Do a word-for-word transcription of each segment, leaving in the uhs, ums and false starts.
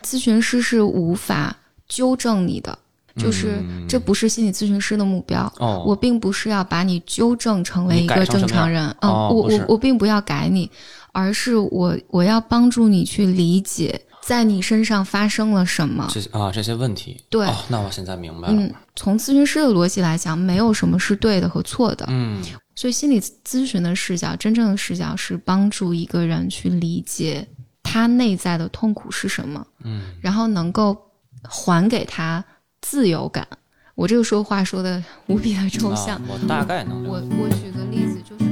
咨询师是无法纠正你的，就是这不是心理咨询师的目标。 哦， 我并不是要把你纠正成为一个正常人，嗯， 哦、 我我我并不要改你，而是我我要帮助你去理解在你身上发生了什么这啊这些问题。 对、 哦，那我现在明白了。 嗯，从咨询师的逻辑来讲，没有什么是对的和错的。 嗯， 所以心理咨询的视角，真正的视角是帮助一个人去理解他内在的痛苦是什么， 嗯， 然后能够还给他自由感。我这个说话说的无比的抽象、 啊、我大概能我我举个例子，就是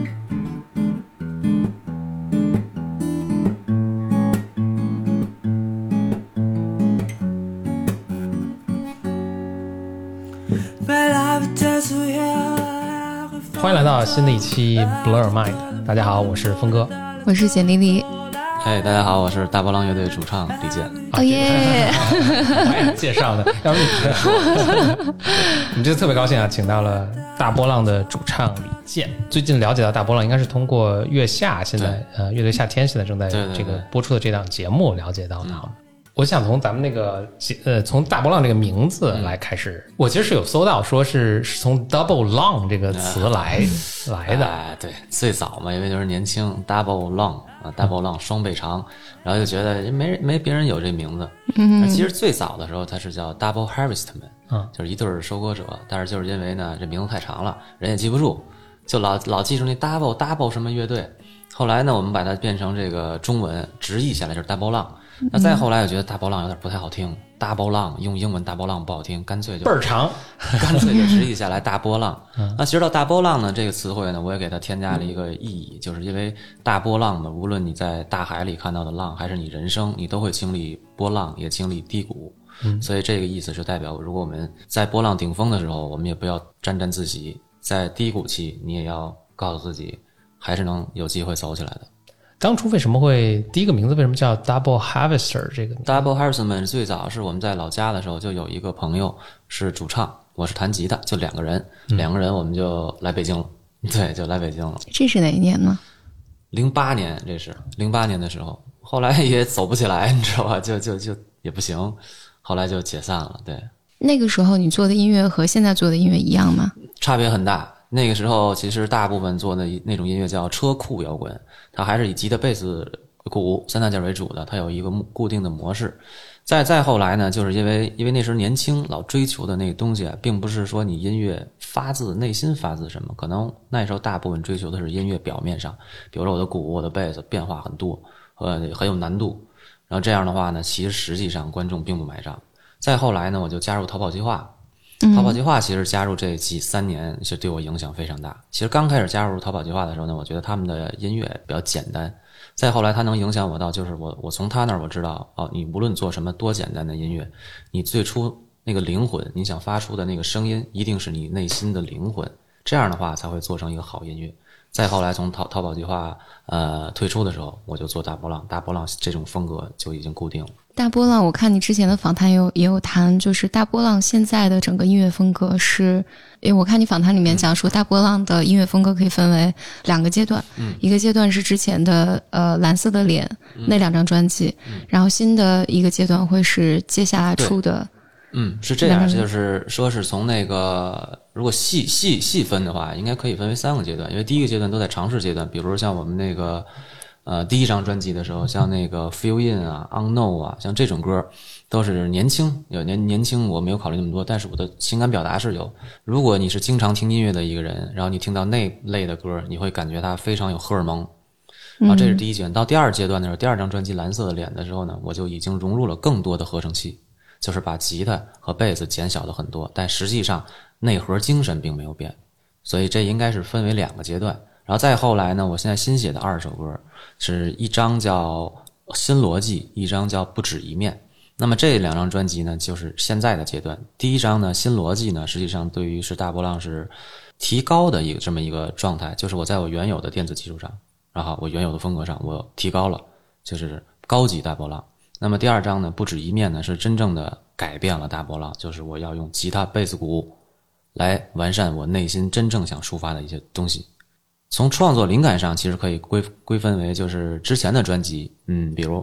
欢迎来到新的一期 Blur Mind， 大家好，我是峰哥， 我是简丽丽。 哎，大家好，我是大波浪乐队主唱李健。 哦耶！ 我也介绍的，要不你直说。我们这次特别高兴啊，请到了大波浪的主唱李健。最近了解到大波浪，应该是通过月下，现在呃乐队夏天现在正在这个播出的这档节目了解到的。嗯，我想从咱们那个呃，从大波浪这个名字来开始，嗯、我其实是有搜到，说是是从 double long 这个词来、嗯、来的。 哎，对，最早嘛，因为就是年轻 double long 啊 ，double long 双倍长，然后就觉得没没别人有这名字。嗯，其实最早的时候它是叫 double harvestman， 嗯，就是一对收割者，但是就是因为呢这名字太长了，人也记不住，就老老记住那 double double 什么乐队。后来呢，我们把它变成这个中文直译下来就是大波浪。那再后来我觉得大波浪有点不太好听，大波浪用英文大波浪不好听，干脆就倍儿长， 干脆就直译下来大波浪。那其实到大波浪呢这个词汇呢，我也给它添加了一个意义，就是因为大波浪嘛，无论你在大海里看到的浪，还是你人生，你都会经历波浪，也经历低谷。嗯，所以这个意思是代表，如果我们在波浪顶峰的时候，我们也不要沾沾自喜，在低谷期你也要告诉自己，还是能有机会走起来的。 当初为什么会第一个名字为什么叫 Double Harvester 这个 Double Harvestman 最早是我们在老家的时候就有一个朋友是主唱，我是弹吉他，就两个人、嗯、两个人我们就来北京了。对，就来北京了。 这是哪一年呢？ 零八年，这是零八年的时候，后来也走不起来，你知道吧，就就就也不行，后来就解散了。对， 那个时候你做的音乐和现在做的音乐一样吗？ 差别很大。那个时候其实大部分做的那种音乐叫车库摇滚，它还是以吉他、贝斯、鼓三大件为主的，它有一个固定的模式。再再后来呢，就是因为因为那时候年轻，老追求的那个东西啊，并不是说你音乐发自内心发自什么，可能那时候大部分追求的是音乐表面上，比如说我的鼓、我的贝斯变化很多，呃，很有难度。然后这样的话呢，其实实际上观众并不买账。再后来呢，我就加入逃跑计划。逃跑计划其实加入这几三年是对我影响非常大。其实刚开始加入逃跑计划的时候呢，我觉得他们的音乐比较简单。再后来他能影响我到，就是我我从他那儿我知道，哦，你无论做什么多简单的音乐，你最初那个灵魂，你想发出的那个声音，一定是你内心的灵魂，这样的话才会做成一个好音乐。再后来从逃逃跑计划呃退出的时候，我就做大波浪，大波浪这种风格就已经固定了。 大波浪，我看你之前的访谈也有也有谈，就是大波浪现在的整个音乐风格是，因为我看你访谈里面讲说，大波浪的音乐风格可以分为两个阶段，嗯，一个阶段是之前的呃蓝色的脸、嗯、那两张专辑、嗯，然后新的一个阶段会是接下来出的。 嗯，是这样，就是说是从那个如果细细细分的话，应该可以分为三个阶段，因为第一个阶段都在尝试阶段，比如像我们那个呃第一张专辑的时候，像那个 Feel In 啊 Unknown 啊，像这种歌都是年轻，有年年轻我没有考虑那么多，但是我的情感表达是有。如果你是经常听音乐的一个人，然后你听到那类的歌，你会感觉它非常有荷尔蒙。然后这是第一阶段。到第二阶段的时候，第二张专辑蓝色的脸的时候呢，我就已经融入了更多的合成器，就是把吉他和贝斯减小了很多，但实际上内核精神并没有变。所以这应该是分为两个阶段。然后再后来呢，我现在新写的二首歌是一张叫新逻辑，一张叫不止一面。那么这两张专辑呢，就是现在的阶段。第一张呢，新逻辑呢，实际上对于是大波浪是提高的一个这么一个状态，就是我在我原有的电子基础上，然后我原有的风格上我提高了，就是高级大波浪。那么第二张呢，不止一面呢，是真正的改变了大波浪，就是我要用吉他、贝斯、鼓来完善我内心真正想抒发的一些东西。从创作灵感上，其实可以归归分为就是之前的专辑，嗯，比如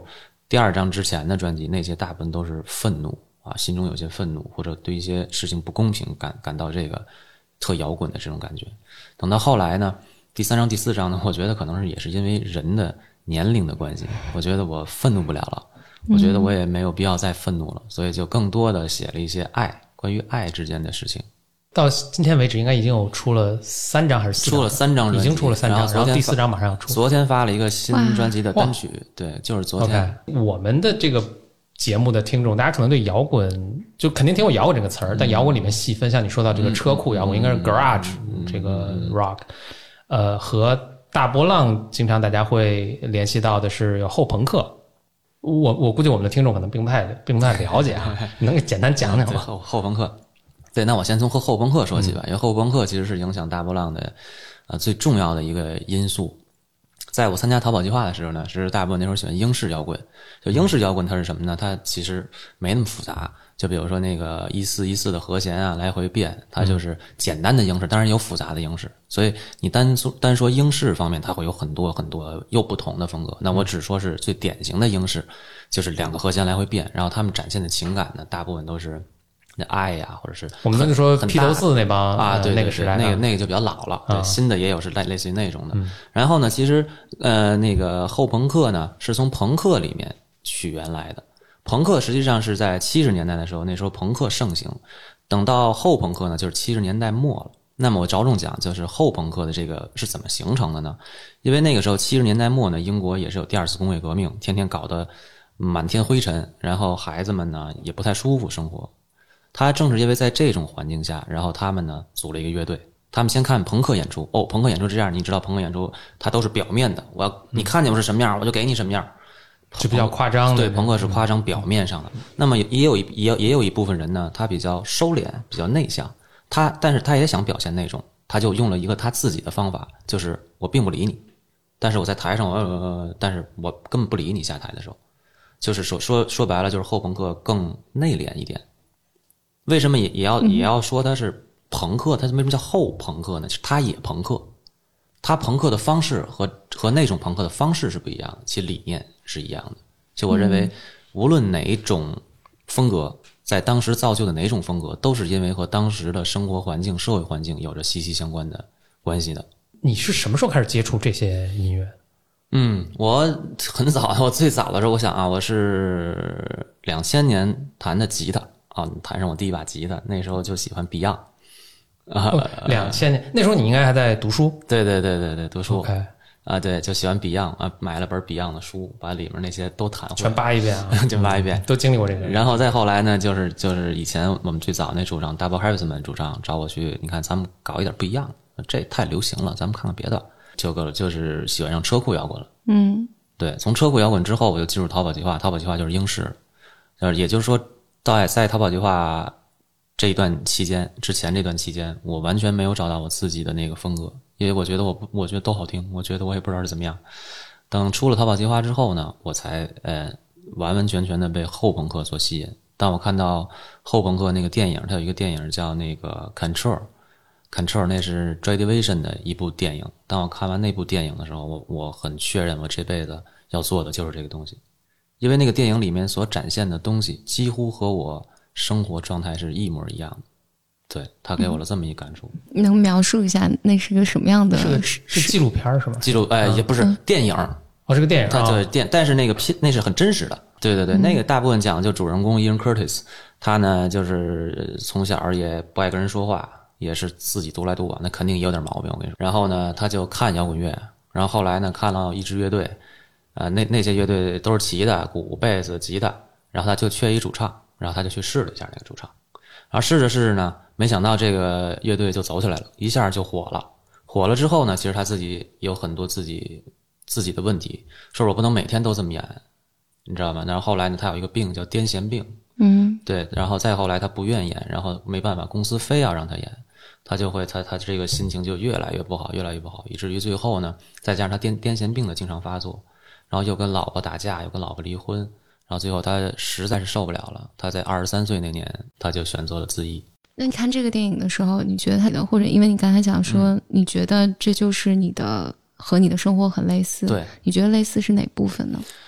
第二张之前的专辑，那些大部分都是愤怒啊，心中有些愤怒，或者对一些事情不公平感感到这个特摇滚的这种感觉。等到后来呢，第三章第四章呢，我觉得可能是也是因为人的年龄的关系，我觉得我愤怒不了了，我觉得我也没有必要再愤怒了，所以就更多的写了一些爱，关于爱之间的事情。 到今天为止应该已经有出了三张还是四张？ 出了三张， 已经出了三张， 然后, 然后第四张马上要出。 昨天发了一个新专辑的单曲，对，就是昨天。 Okay, 我们的这个节目的听众，大家可能对摇滚就肯定听过摇滚这个词儿，但摇滚里面细分，像你说到这个车库摇滚，应该是 garage、嗯、这个 rock，、嗯、呃，和大波浪经常大家会联系到的是有后朋克。我我估计我们的听众可能并不太并不太了解啊，你能简单讲讲吗？ 后后朋克。对，那我先从后后朋克说起吧，因为后朋克其实是影响大波浪的呃最重要的一个因素。在我参加逃跑计划的时候呢，是大部分那时候喜欢英式摇滚。就英式摇滚它是什么呢？它其实没那么复杂。就比如说那个一四一四的和弦啊，来回变，它就是简单的英式，当然有复杂的英式。所以你单说单说英式方面，它会有很多很多又不同的风格。那我只说是最典型的英式，就是两个和弦来回变，然后他们展现的情感呢，大部分都是那爱呀、啊，或者是我们那就说披头四那帮啊，对， 那个时代， 那个那个就比较老了，对， 啊、 新的也有是类类似于那种的。 嗯、 然后呢，其实呃，那个后朋克呢，是从朋克里面取源来的。朋克实际上是在七十年代的时候，那时候朋克盛行。等到后朋克呢，就是七十年代末了。那么我着重讲，就是后朋克的这个是怎么形成的呢？因为那个时候七十年代末呢，英国也是有第二次工业革命，天天搞得满天灰尘，然后孩子们呢也不太舒服生活。他正是因为在这种环境下，然后他们呢组了一个乐队。他们先看朋克演出，哦，朋克演出这样，你知道朋克演出它都是表面的，我要你看见我是什么样，我就给你什么样， 是比较夸张的。 对，朋克是夸张表面上的。嗯、那么也有一也也有一部分人呢，他比较收敛，比较内向，他但是他也想表现那种，他就用了一个他自己的方法，就是我并不理你，但是我在台上，呃，但是我根本不理你下台的时候，就是说说说白了，就是后朋克更内敛一点。为什么也也要也要说他是朋克？他为什么叫后朋克呢？他也朋克，他朋克的方式和和那种朋克的方式是不一样的，其理念是一样的。就我认为，无论哪种风格，在当时造就的哪种风格，都是因为和当时的生活环境、社会环境有着息息相关的关系的。 你是什么时候开始接触这些音乐？ 嗯，我很早，我最早的时候，我想啊，我是两千年弹的吉他。啊，弹上我第一把吉他，那时候就喜欢 Beyond 啊， 两千年那时候你应该还在读书， 对对对对对，读书 ，OK 啊，对，就喜欢 Beyond 啊，买了本 Beyond 的书，把里面那些都弹回来， 全扒一遍啊， 全扒一遍， 都经历过这个。 然后再后来呢，就是就是以前我们最早那主唱 Double Harrison 主唱找我去，你看咱们搞一点不一样，这太流行了，咱们看看别的，就个就是喜欢上车库摇滚了。 嗯， 对，从车库摇滚之后，我就进入逃跑计划，逃跑计划就是英式，就是也就是说。到在逃跑计划这一段期间，之前这段期间，我完全没有找到我自己的那个风格，因为我觉得我不，我觉得都好听，我觉得我也不知道是怎么样。等出了逃跑计划之后呢，我才呃完完全全的被后朋克所吸引。当我看到后朋克那个电影，它有一个电影叫那个 Control，Control 那是 Joy Division 的一部电影。当我看完那部电影的时候，我我很确认我这辈子要做的就是这个东西。因为那个电影里面所展现的东西几乎和我生活状态是一模一样的，对，他给我了这么一感触。 嗯、能描述一下那是个什么样的？ 是个是纪录片是吗？ 纪录哎、呃、也不是、嗯、电影， 哦，是个电影， 它对电，但是那个片那是很真实的，对对对，嗯、那个大部分讲的就主人公 Ian Curtis， 他呢就是从小也不爱跟人说话，也是自己独来独往，那肯定也有点毛病，我跟你说。然后呢，他就看摇滚乐，然后后来呢看到一支乐队。呃，那那些乐队都是齐的，鼓、贝斯、吉他，然后他就缺一主唱，然后他就去试了一下那个主唱，然后试着试着呢，没想到这个乐队就走起来了，一下就火了。火了之后呢，其实他自己有很多自己自己的问题，说我不能每天都这么演，你知道吗？然后后来呢，他有一个病叫癫痫病， 嗯， 对，然后再后来他不愿演，然后没办法，公司非要让他演，他就会他他这个心情就越来越不好，越来越不好，以至于最后呢，再加上他癫癫痫病的经常发作。然后又跟老婆打架，又跟老婆离婚，然后最后他实在是受不了了，他在二十三岁那年他就选择了自缢。 那你看这个电影的时候，你觉得他的，或者因为你刚才讲说、嗯、你觉得这就是你的和你的生活很类似， 对， 你觉得类似是哪部分呢？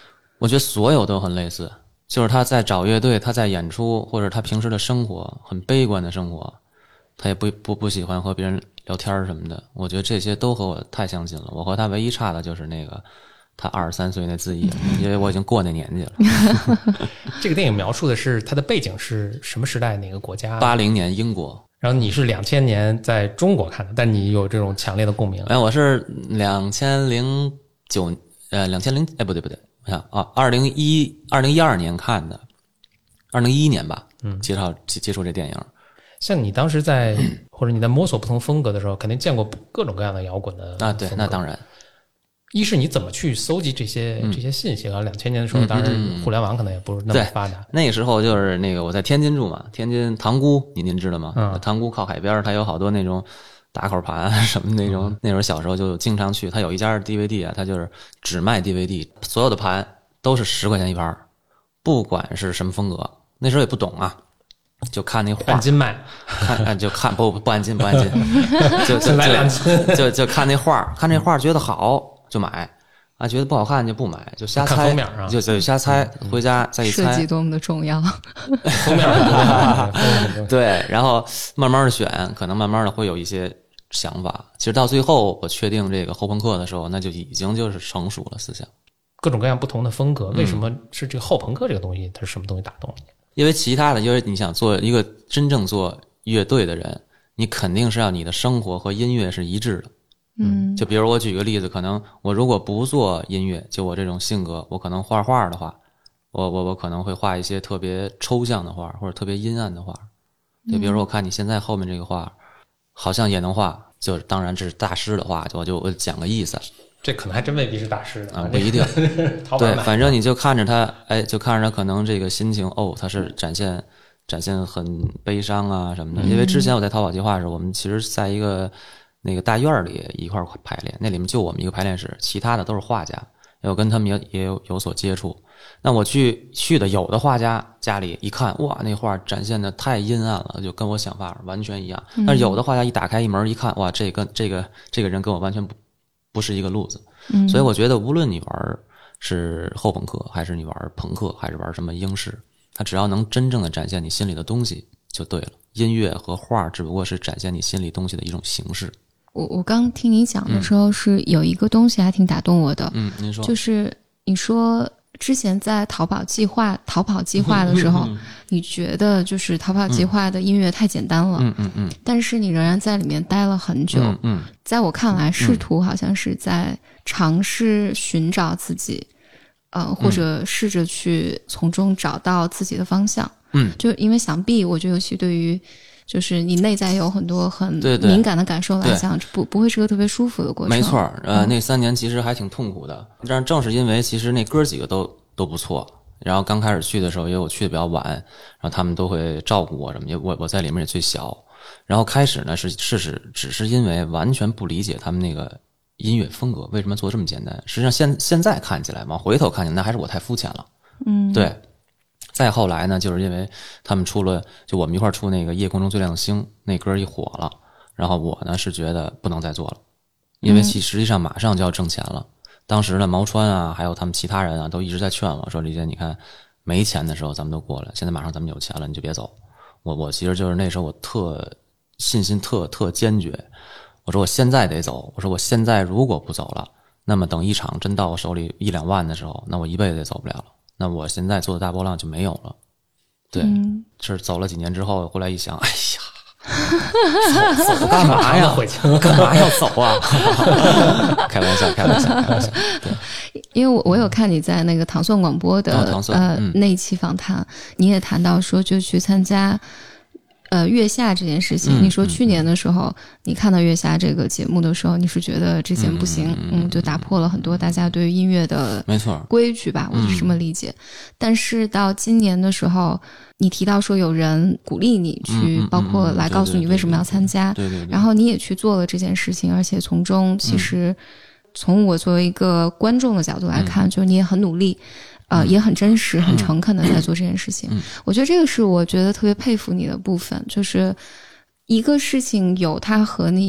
我觉得所有都很类似，就是他在找乐队，他在演出，或者他平时的生活很悲观的生活，他也不不不喜欢和别人聊天什么的。我觉得这些都和我太相近了。我和他唯一差的就是那个他二十三岁那自意，因为我已经过那年纪了。 这个电影描述的是它的背景是什么时代，哪个国家？ 八零年英国。 然后你是两千年在中国看的，但你有这种强烈的共鸣。 哎，我是两千零九呃两千零哎不对不对。我想啊，二零一二零一二年看的，二零一一年吧，嗯，介绍接接触这电影。 像你当时在或者你在摸索不同风格的时候，肯定见过各种各样的摇滚的啊，对，那当然。 一是你怎么去搜集这些、嗯、这些信息啊？两千年的时候，当然互联网可能也不是那么发达。 那个时候就是那个我在天津住嘛，天津塘沽，您您知道吗？嗯，塘沽靠海边，它有好多那种打口盘啊什么那种，嗯、那时候小时候就经常去。他有一家 D V D 啊，他就是只卖 D V D， 所有的盘都是十块钱一盘，不管是什么风格。那时候也不懂啊，就看那画， 按斤卖， 看就看不不按斤不按斤，就就就就就看那画，看那画觉得好就买。啊，觉得不好看就不买，就瞎猜，就就瞎猜，嗯、回家再一猜。 设计多么的重要， 封面很重要。 对，然后慢慢的选，可能慢慢的会有一些想法。其实到最后，我确定这个后朋克的时候，那就已经就是成熟了思想。 各种各样不同的风格，为什么是这个后朋克这个东西？它是什么东西打动了你？ 因为其他的，因为你想做一个真正做乐队的人，你肯定是要你的生活和音乐是一致的。 嗯， 就比如我举个例子，可能我如果不做音乐，就我这种性格，我可能画画的话，我我我可能会画一些特别抽象的画，或者特别阴暗的画。就比如说我看你现在后面这个画，好像也能画，就当然这是大师的画，我就我讲个意思。 这可能还真未必是大师的啊，不一定。对，反正你就看着他，哎，就看着他可能这个心情，哦，他是展现展现很悲伤啊什么的。因为之前我在淘宝计划时，我们其实在一个。那个大院里一块排练，那里面就我们一个排练室，其他的都是画家，我跟他们也也有有所接触。那我去去的有的画家家里一看，哇，那画展现的太阴暗了，就跟我想法完全一样。但是有的画家一打开一门一看，哇，这个这个这个人跟我完全不不是一个路子。 嗯， 所以我觉得无论你玩是后朋克，还是你玩朋克，还是玩什么英式，它只要能真正的展现你心里的东西就对了。音乐和画只不过是展现你心里东西的一种形式。 我我刚听你讲的时候，是有一个东西还挺打动我的。 嗯，您说， 就是你说之前在淘宝计划淘宝计划的时候，嗯嗯嗯、你觉得就是淘宝计划的音乐太简单了， 嗯嗯嗯， 但是你仍然在里面待了很久。 嗯，嗯在我看来，试图好像是在尝试寻找自己，呃，或者试着去从中找到自己的方向。 嗯， 就因为想必，我觉得尤其对于。就是你内在有很多很敏感的感受来讲，不不会是个特别舒服的过程。 没错，呃，那三年其实还挺痛苦的。但正是因为其实那哥几个都都不错，然后刚开始去的时候，因为我去的比较晚，然后他们都会照顾我什么，因为我我在里面也最小。然后开始呢是是是只是因为完全不理解他们那个音乐风格为什么做这么简单。实际上现现在看起来，往回头看起来，那还是我太肤浅了。 嗯， 对。再后来呢，就是因为他们出了，就我们一块出那个夜空中最亮的星那歌一火了，然后我呢是觉得不能再做了，因为其实际上马上就要挣钱了。当时呢，毛川啊，还有他们其他人啊，都一直在劝我说：“李健，你看没钱的时候咱们都过来，现在马上咱们有钱了，你就别走。”我我其实就是那时候我特信心特特坚决，我说我现在得走，我说我现在如果不走了，那么等一场真到我手里一两万的时候，那我一辈子也走不了了。那我现在做的大波浪就没有了。对， 嗯、 是走了几年之后，后来一想，哎呀，走走干嘛呀？ 回去干嘛要走啊？开玩笑，开玩笑，开玩笑。对， 因为我我有看你在那个糖蒜广播的、 哦、 呃、 嗯、 那一期访谈，你也谈到说就去参加。呃，月下这件事情， 嗯、 你说去年的时候，嗯、你看到月下这个节目的时候，你是觉得之前不行， 嗯, 嗯，就打破了很多大家对于音乐的没错规矩吧，我是这么理解。嗯、但是到今年的时候，你提到说有人鼓励你去， 嗯、 包括来告诉你为什么要参加， 对对对， 然后你也去做了这件事情，而且从中其实从我作为一个观众的角度来看， 嗯、 就是你也很努力。呃，也很真实、很诚恳的在做这件事情。 嗯、 我觉得这个是我觉得特别佩服你的部分，就是一个事情有它和你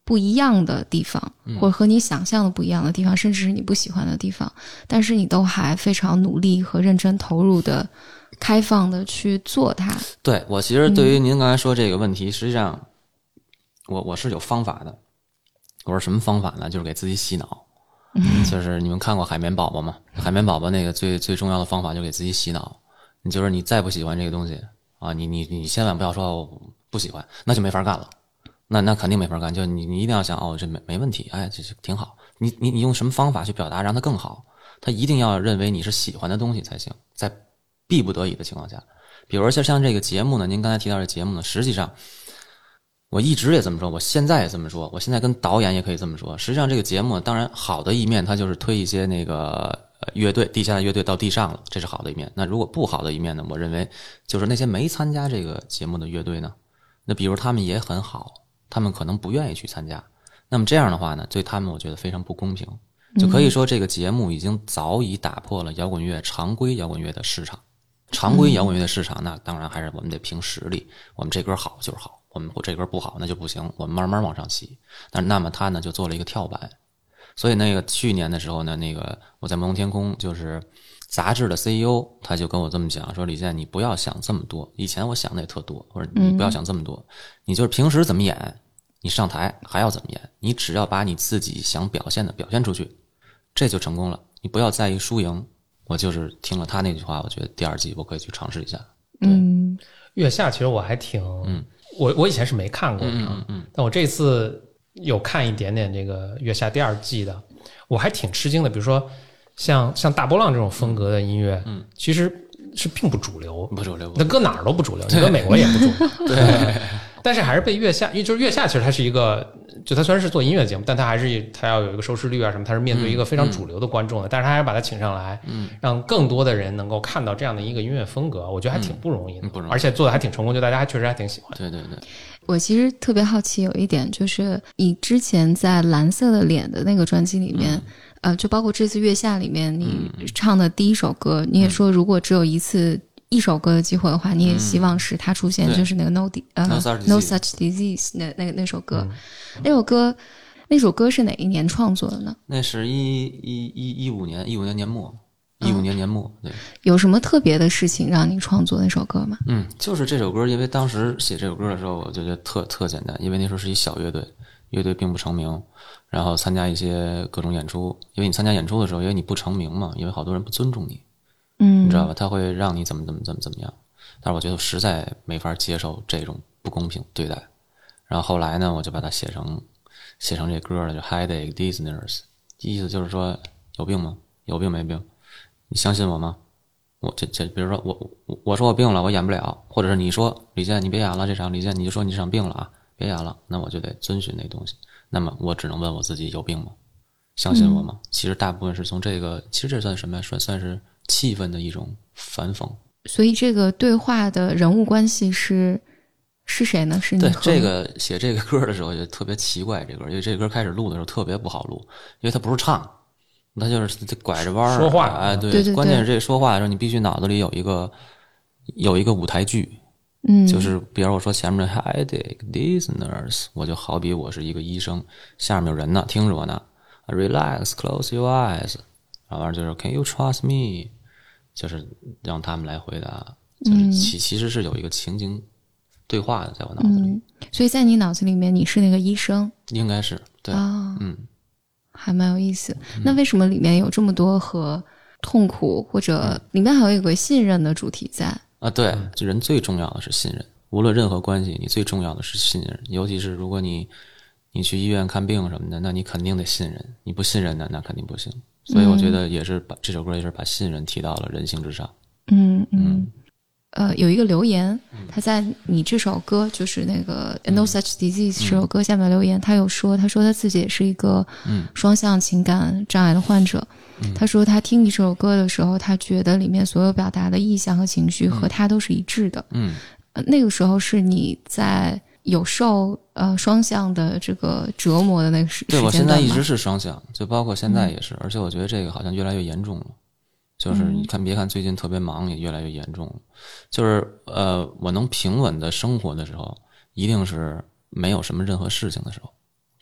不一样的地方，或者和你想象的不一样的地方，甚至是你不喜欢的地方，但是你都还非常努力和认真投入的开放的去做它。 对，我其实对于您刚才说这个问题、嗯、实际上我我是有方法的。我说什么方法呢？就是给自己洗脑。嗯、就是你们看过海绵宝宝吗？海绵宝宝那个最最重要的方法就是给自己洗脑。你就是你再不喜欢这个东西啊，你你你千万不要说我不喜欢，那就没法干了。那那肯定没法干，就你你一定要想哦，这没没问题，哎，这这挺好。你你你用什么方法去表达让它更好？他一定要认为你是喜欢的东西才行，在逼不得已的情况下。比如说像这个节目呢，您刚才提到这节目呢，实际上我一直也这么说，我现在也这么说，我现在跟导演也可以这么说。实际上这个节目当然好的一面，它就是推一些那个乐队，地下的乐队到地上了，这是好的一面。那如果不好的一面呢，我认为就是那些没参加这个节目的乐队呢，那比如他们也很好，他们可能不愿意去参加，那么这样的话呢，对他们我觉得非常不公平。就可以说这个节目已经早已打破了摇滚乐常规摇滚乐的市场。常规摇滚乐的市场，那当然还是我们得凭实力，我们这歌好就是好，我们这歌不好那就不行，我们慢慢往上骑。但那么他呢就做了一个跳板。所以那个去年的时候呢，那个我在朦胧天空就是杂志的 C E O 他就跟我这么讲，说李健你不要想这么多，以前我想的也特多，或者你不要想这么多、嗯、你就是平时怎么演你上台还要怎么演，你只要把你自己想表现的表现出去，这就成功了，你不要在意输赢。我就是听了他那句话，我觉得第二季我可以去尝试一下。 嗯， 月下其实我还挺嗯我我以前是没看过的，嗯嗯嗯，但我这次有看一点点这个月下第二季的，我还挺吃惊的。比如说像像大波浪这种风格的音乐，嗯，其实是并不主流， 不主流， 那搁哪儿都不主流，你搁美国也不主流，对。但是还是被月下，因为就是月下其实它是一个，就它虽然是做音乐节目，但它还是它要有一个收视率啊什么，它是面对一个非常主流的观众的，嗯、但是它还是把它请上来，嗯，让更多的人能够看到这样的一个音乐风格，我觉得还挺不容易的，嗯、不容易，而且做的还挺成功，就大家还确实还挺喜欢。 对对对。 我其实特别好奇有一点，就是你之前在蓝色的脸的那个专辑里面，嗯、呃，就包括这次月下里面你唱的第一首歌，嗯、你也说如果只有一次。一首歌的机会的话，你也希望是它出现，嗯、就是那个 No, 呃 no, no Such Disease 那那那首歌，嗯，那首歌那首歌是哪一年创作的呢？ 那是一一一一五年，一五年年末，一五年年末，对。 有什么特别的事情让你创作那首歌吗？ 嗯，就是这首歌，因为当时写这首歌的时候，我就觉得特特简单，因为那时候是一小乐队，乐队并不成名，然后参加一些各种演出，因为你参加演出的时候，因为你不成名嘛，因为好多人不尊重你。 嗯， 你知道吧？他会让你怎么怎么怎么怎么样，但是我觉得我实在没法接受这种不公平对待。然后后来呢，我就把它写成写成这歌了，就 Headache Listeners， 意思就是说有病吗？有病没病？你相信我吗？我这这，比如说我我我说我病了，我演不了，或者是你说李健你别演了这场，李健你就说你这场病了啊，别演了，那我就得遵循那东西。那么我只能问我自己有病吗？相信我吗？嗯、其实大部分是从这个，其实这算什么呀？算算是气氛的一种反讽。 所以这个对话的人物关系是是谁呢？是你和对这个写这个歌的时候就特别奇怪，这歌因为这歌开始录的时候特别不好录，因为它不是唱，它就是拐着弯说话， 哎，对， 对对对， 关键是这个说话的时候，你必须脑子里有一个有一个舞台剧。 嗯， 就是比如我说前面的 Headache Listeners， 我就好比我是一个医生，下面有人呢，听着我呢 ，Relax, close your eyes， 然后就是 Can you trust me， 就是让他们来回答，就是其其实是有一个情景对话的在我脑子里。 嗯，所以在你脑子里面，你是那个医生， 应该是对， 哦， 嗯， 还蛮有意思。那为什么里面有这么多和痛苦或者里面还有一个信任的主题在？ 啊，对，就人最重要的是信任，无论任何关系，你最重要的是信任。尤其是如果你你去医院看病什么的，那你肯定得信任，你不信任的那肯定不行。所以我觉得也是把、嗯、这首歌也是把信任提到了人性之上。 嗯嗯。呃，有一个留言，他在你这首歌就是那个 No Such Disease 这首歌下面留言，他有说，他说他自己也是一个双向情感障碍的患者。他说他听你这首歌的时候，他觉得里面所有表达的意象和情绪和他都是一致的。 嗯， 呃、那个时候是你在有受呃双向的这个折磨的那个时对， 时间段吗？ 我现在一直是双向，就包括现在也是、嗯，而且我觉得这个好像越来越严重了。就是你看，别看最近特别忙，也越来越严重了。就是呃，我能平稳的生活的时候，一定是没有什么任何事情的时候。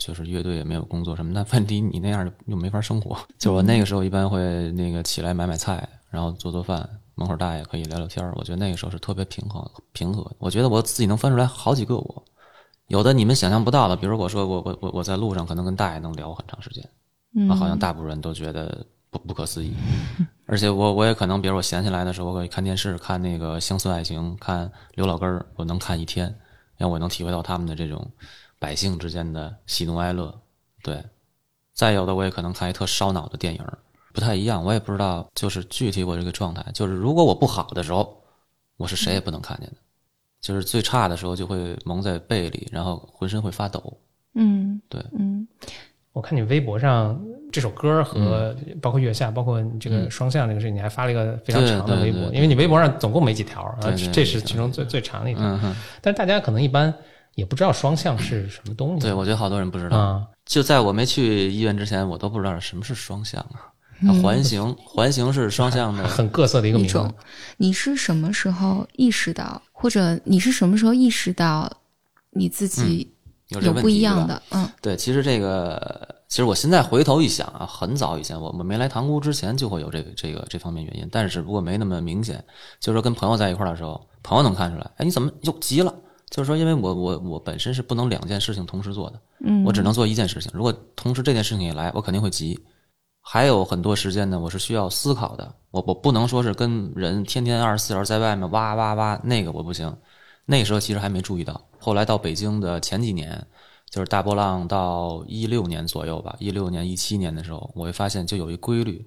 就是乐队也没有工作什么，但问题你那样又没法生活。就我那个时候一般会那个起来买买菜，然后做做饭，门口大爷可以聊聊天，我觉得那个时候是特别平衡平和的。我觉得我自己能分出来好几个我，有的你们想象不到的，比如我说我我我我在路上可能跟大爷能聊很长时间，嗯，好像大部分人都觉得不不可思议。而且我我也可能，比如我闲下来的时候，我可以看电视，看那个乡村爱情，看刘老根儿，我能看一天，让我能体会到他们的这种百姓之间的喜怒哀乐。对，再有的我也可能看一特烧脑的电影，不太一样。我也不知道，就是具体我这个状态，就是如果我不好的时候，我是谁也不能看见的，就是最差的时候就会蒙在被里，然后浑身会发抖。 嗯， 对， 嗯。 我看你微博上这首歌和包括月下、嗯、包括这个双向这个事情，你还发了一个非常长的微博， 对对对对， 因为你微博上总共没几条， 对对对对， 这是其中最最长的一条。 嗯， 但是大家可能一般也不知道双向是什么东西。 对，我觉得好多人不知道。嗯，就在我没去医院之前，我都不知道什么是双向啊。嗯、环形，环形是双向的， 很各色的一个名字。 你是什么时候意识到，或者你是什么时候意识到你自己、嗯？有不一样的，嗯， 对，其实这个，其实我现在回头一想啊，很早以前我我没来塘沽之前就会有这个这个这方面原因，但是只不过没那么明显。就是说跟朋友在一块儿的时候，朋友能看出来，哎，你怎么又急了？就是说，因为我我我本身是不能两件事情同时做的，嗯，我只能做一件事情。如果同时这件事情也来，我肯定会急。还有很多时间呢，我是需要思考的，我我不能说是跟人天天二十四小时在外面哇哇哇，那个我不行。那个时候其实还没注意到，后来到北京的前几年，就是大波浪到一六年左右吧，一六年一七年的时候，我会发现就有一规律，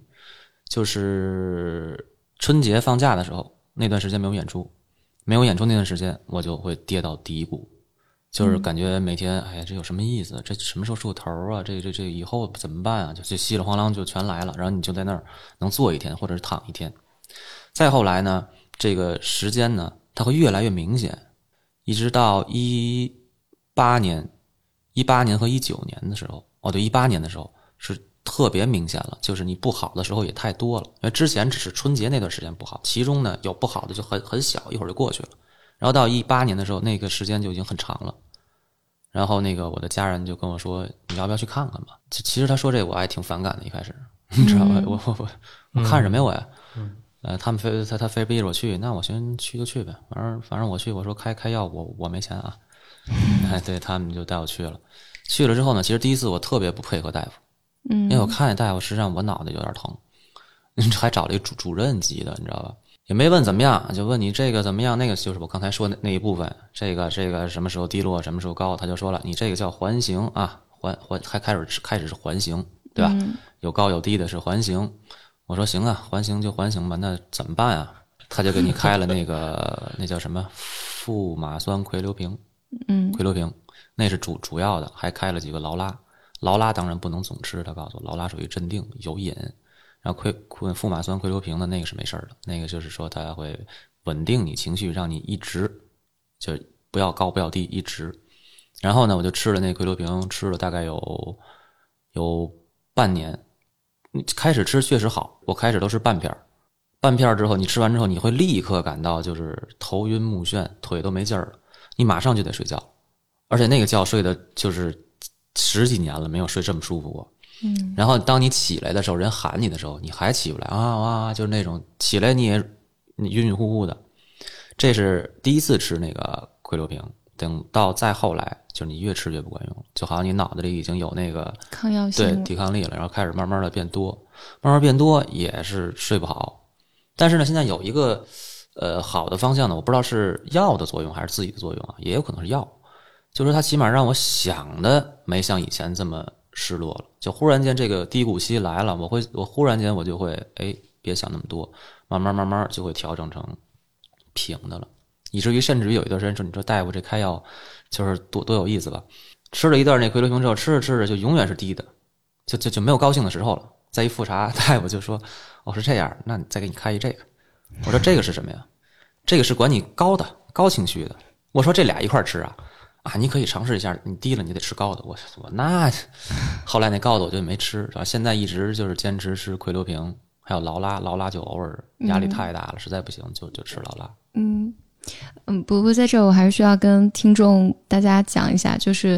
就是春节放假的时候，那段时间没有演出，没有演出那段时间，我就会跌到低谷，就是感觉每天，哎呀，这有什么意思？这什么时候出头啊？这这这以后怎么办啊？就这稀里哗啷就全来了，然后你就在那儿能坐一天，或者是躺一天。再后来呢，这个时间呢，它会越来越明显。一直到一八年，一八年和一九年的时候，哦，对，一八年的时候是特别明显了，就是你不好的时候也太多了。因为之前只是春节那段时间不好，其中呢有不好的就很很小，一会儿就过去了。然后到一八年的时候，那个时间就已经很长了。然后那个我的家人就跟我说：“你要不要去看看吧？”其实他说这个我还挺反感的，一开始，你知道吧？我我我我看什么呀我呀？嗯呃，他们非他他非逼着我去，那我寻去就去呗，反正反正我去，我说开开药，我我没钱啊，哎，对他们就带我去了。去了之后呢，其实第一次我特别不配合大夫，嗯，因为我看见大夫，实际上我脑袋有点疼，还找了一个主主任级的，你知道吧？也没问怎么样，就问你这个怎么样，那个就是我刚才说的那一部分，这个这个什么时候低落，什么时候高，他就说了，你这个叫环形啊，环环还开始开始是环形，对吧？嗯、有高有低的是环形。我说行啊，环形就环形吧，那怎么办啊？他就给你开了那个那叫什么富马酸喹硫平，嗯，喹硫平那是主主要的，还开了几个劳拉，劳拉当然不能总吃，他告诉我劳拉属于镇定有瘾，然后喹富马酸喹硫平的那个是没事的，那个就是说它会稳定你情绪，让你一直就不要高不要低，一直。然后呢，我就吃了那喹硫平，吃了大概有有半年。你开始吃确实好，我开始都是半片半片之后你吃完之后你会立刻感到就是头晕目眩，腿都没劲儿了，你马上就得睡觉，而且那个觉睡的就是十几年了没有睡这么舒服过。嗯，然后当你起来的时候，人喊你的时候，你还起不来啊啊，就是那种起来你也你晕晕乎乎的。这是第一次吃那个喹硫平，等到再后来就是你越吃越不管用，就好像你脑子里已经有那个抗药性， 对抵抗力了，然后开始慢慢的变多，慢慢变多也是睡不好。但是呢，现在有一个呃好的方向呢，我不知道是药的作用还是自己的作用啊，也有可能是药，就是它起码让我想的没像以前这么失落了。就忽然间这个低谷期来了，我会我忽然间我就会哎别想那么多，慢慢慢慢就会调整成平的了。以至于甚至于有一段时间说，你说大夫这开药就是多多有意思吧？吃了一段那喹硫平之后，吃着吃着就永远是低的，就就就没有高兴的时候了。再一复查，大夫就说：“哦，是这样，那你再给你开一这个。”我说：“这个是什么呀？”这个是管你高的高情绪的。我说：“这俩一块吃啊？啊，你可以尝试一下，你低了你得吃高的。我”我我那后来那高的我就没吃，然后现在一直就是坚持吃喹硫平，还有劳拉，劳拉就偶尔压力太大了，嗯、实在不行就就吃劳拉。 嗯。嗯，不过在这我还是需要跟听众大家讲一下，就是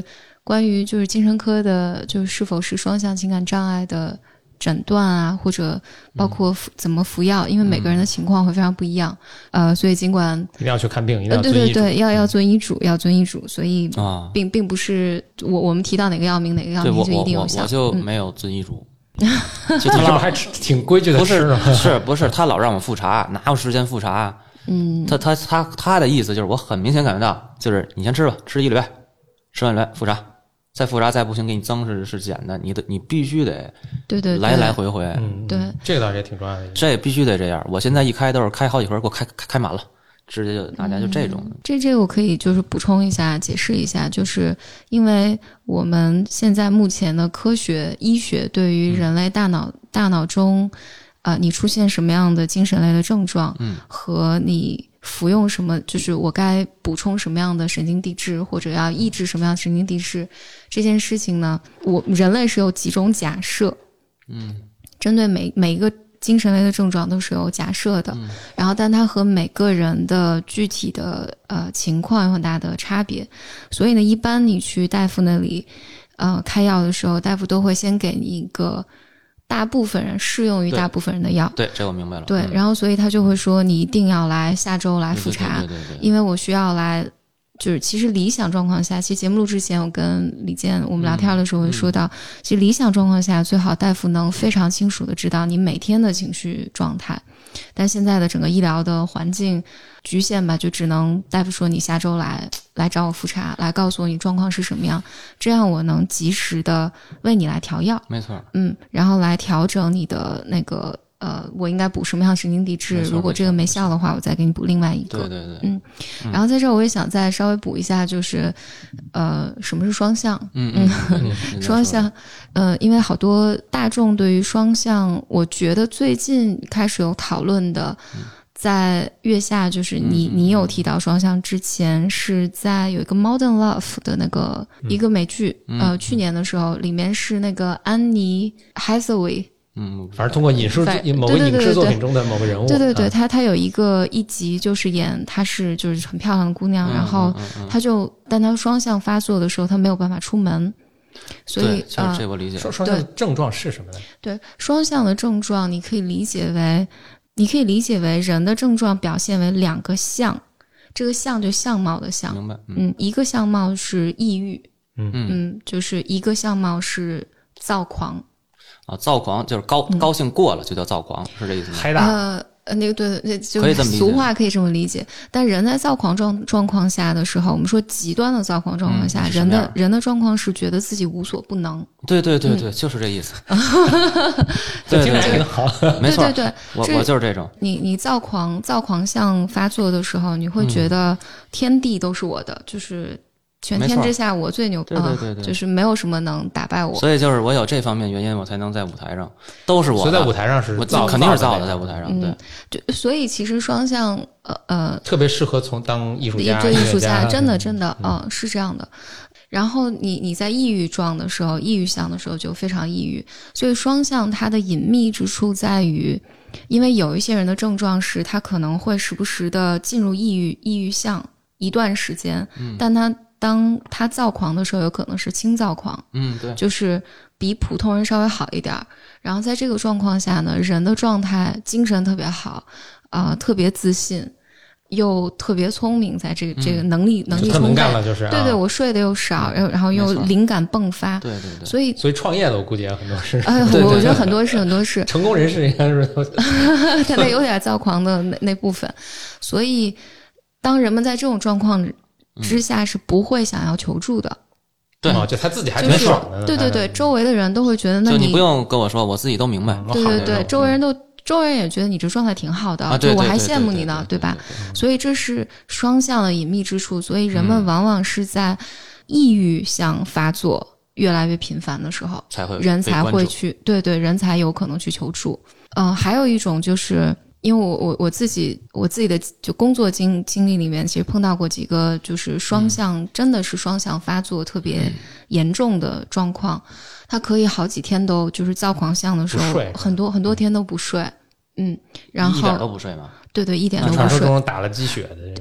关于就是精神科的，就是是否是双向情感障碍的诊断啊，或者包括怎么服药，嗯、因为每个人的情况会非常不一样，呃，所以尽管一定要去看病，一定要遵医嘱，呃、对对对，要要遵医嘱，要遵医嘱，所以啊， 并并不是我我们提到哪个药名哪个药名就一定有效， 我我就没有遵医嘱。 嗯就他老还挺规矩的吃， 不是是不是他老让我复查，哪有时间复查？ 嗯， 他他他他的意思就是我很明显感觉到，就是你先吃吧，吃一礼拜，吃完礼拜复查，再复查再不行给你增是是减的，你的你必须得对对来来回回， 嗯， 对， 这个倒是也挺重要的， 这必须得这样。我现在一开都是开好几盒，给我开开开满了。直接就大家就这种、嗯、 这这个我可以就是补充一下解释一下，就是因为我们现在目前的科学医学对于人类大脑、嗯、大脑中呃你出现什么样的精神类的症状， 嗯， 和你服用什么，就是我该补充什么样的神经递质或者要抑制什么样的神经递质这件事情呢，我人类是有几种假设， 嗯， 针对每每一个精神类的症状都是有假设的、 嗯、 然后但它和每个人的具体的呃情况有很大的差别，所以呢一般你去大夫那里呃开药的时候，大夫都会先给你一个大部分人适用于大部分人的药， 对，这我明白了， 对、 嗯、 然后所以他就会说你一定要来下周来复查， 对对对对对对， 因为我需要来，就是其实理想状况下，其实节目录之前我跟李健我们聊天的时候会说到、嗯嗯、其实理想状况下最好大夫能非常清楚的知道你每天的情绪状态，但现在的整个医疗的环境局限吧，就只能大夫说你下周来来找我复查，来告诉我你状况是什么样，这样我能及时的为你来调药， 没错， 嗯，然后来调整你的那个呃，我应该补什么样的神经递质？如果这个没效的话，我再给你补另外一个。 对对对， 嗯，然后在这儿我也想再稍微补一下，就是呃，什么是双向？ 嗯嗯，嗯嗯双向，呃，因为好多大众对于双向，我觉得最近开始有讨论的， 嗯、 在月下，就是你、嗯、你有提到双向之前，是在有一个 Modern Love 的那个、嗯、一个美剧， 嗯、 呃，去年的时候，里面是那个安妮 Hathaway。 嗯， 反正通过影视某个影视作品中的某个人物， 对对对， 啊、 他他有一个一集就是演她是就是很漂亮的姑娘， 嗯、 然后他就、嗯嗯、但他双向发作的时候，他没有办法出门，所以啊，这我理解。 双双向的症状是什么呢？ 对，双向的症状你可以理解为，你可以理解为人的症状表现为两个相，这个相就相貌的相， 明白？ 嗯，嗯一个相貌是抑郁， 嗯嗯，就是一个相貌是躁狂。 啊，躁狂就是高、嗯、高兴过了就叫躁狂，是这意思吗？ 嗨大呃，那个对对，就是俗话可以这么理解。但人在躁狂状状况下的时候，我们说极端的躁狂状况下，嗯、人的人的状况是觉得自己无所不能。 对对对对，嗯、就是这意思。 对对对，好， 没错， 对对对， 我我就是这种。 你你躁狂躁狂相发作的时候，你会觉得天地都是我的，嗯、就是全天之下我最牛， 对对对对、 呃，就是没有什么能打败我。 所以就是我有这方面原因，我才能在舞台上，都是我。 所以在舞台上是我肯定是造的，在舞台上，对。 嗯、就所以其实双向，呃呃， 特别适合从当艺术家， 对艺术家，真的真的， 嗯， 嗯是这样的。然后你你在抑郁状的时候，抑郁相的时候就非常抑郁。所以双向它的隐秘之处在于，因为有一些人的症状是他可能会时不时的进入抑郁抑郁相一段时间， 嗯， 但他当他躁狂的时候，有可能是轻躁狂， 嗯，对， 就是比普通人稍微好一点。然后在这个状况下呢，人的状态精神特别好，啊、呃，特别自信。又特别聪明，在这个、嗯、这个能力能力充沛了，就是、啊、 对对，我睡得又少，然后然后又灵感迸发， 对对对， 所以所以创业的我估计很多是， 哎，我觉得很多是很多是成功人士应该是， 他那有点躁狂的那那部分，所以当人们在这种状况之下是不会想要求助的。 嗯对、 哦，就他自己还挺爽的、 就是，对对对，周围的人都会觉得，那你就你不用跟我说，我自己都明白。 对对对，周围人都。周围人也觉得你这状态挺好的， 啊、对对对对对对对就我还羡慕你呢，对吧？所以这是双向的隐秘之处，所以人们往往是在抑郁相发作越来越频繁的时候， 才会人才会去，对对，人才有可能去求助。嗯、呃，还有一种就是，因为我我我自己我自己的就工作经经历里面，其实碰到过几个就是双向，嗯、真的是双向发作特别严重的状况。他可以好几天都就是躁狂相的时候，很多很多天都不睡，嗯，然后一点都不睡吗？ 对对，一点都不睡。 传说中打了鸡血的这种，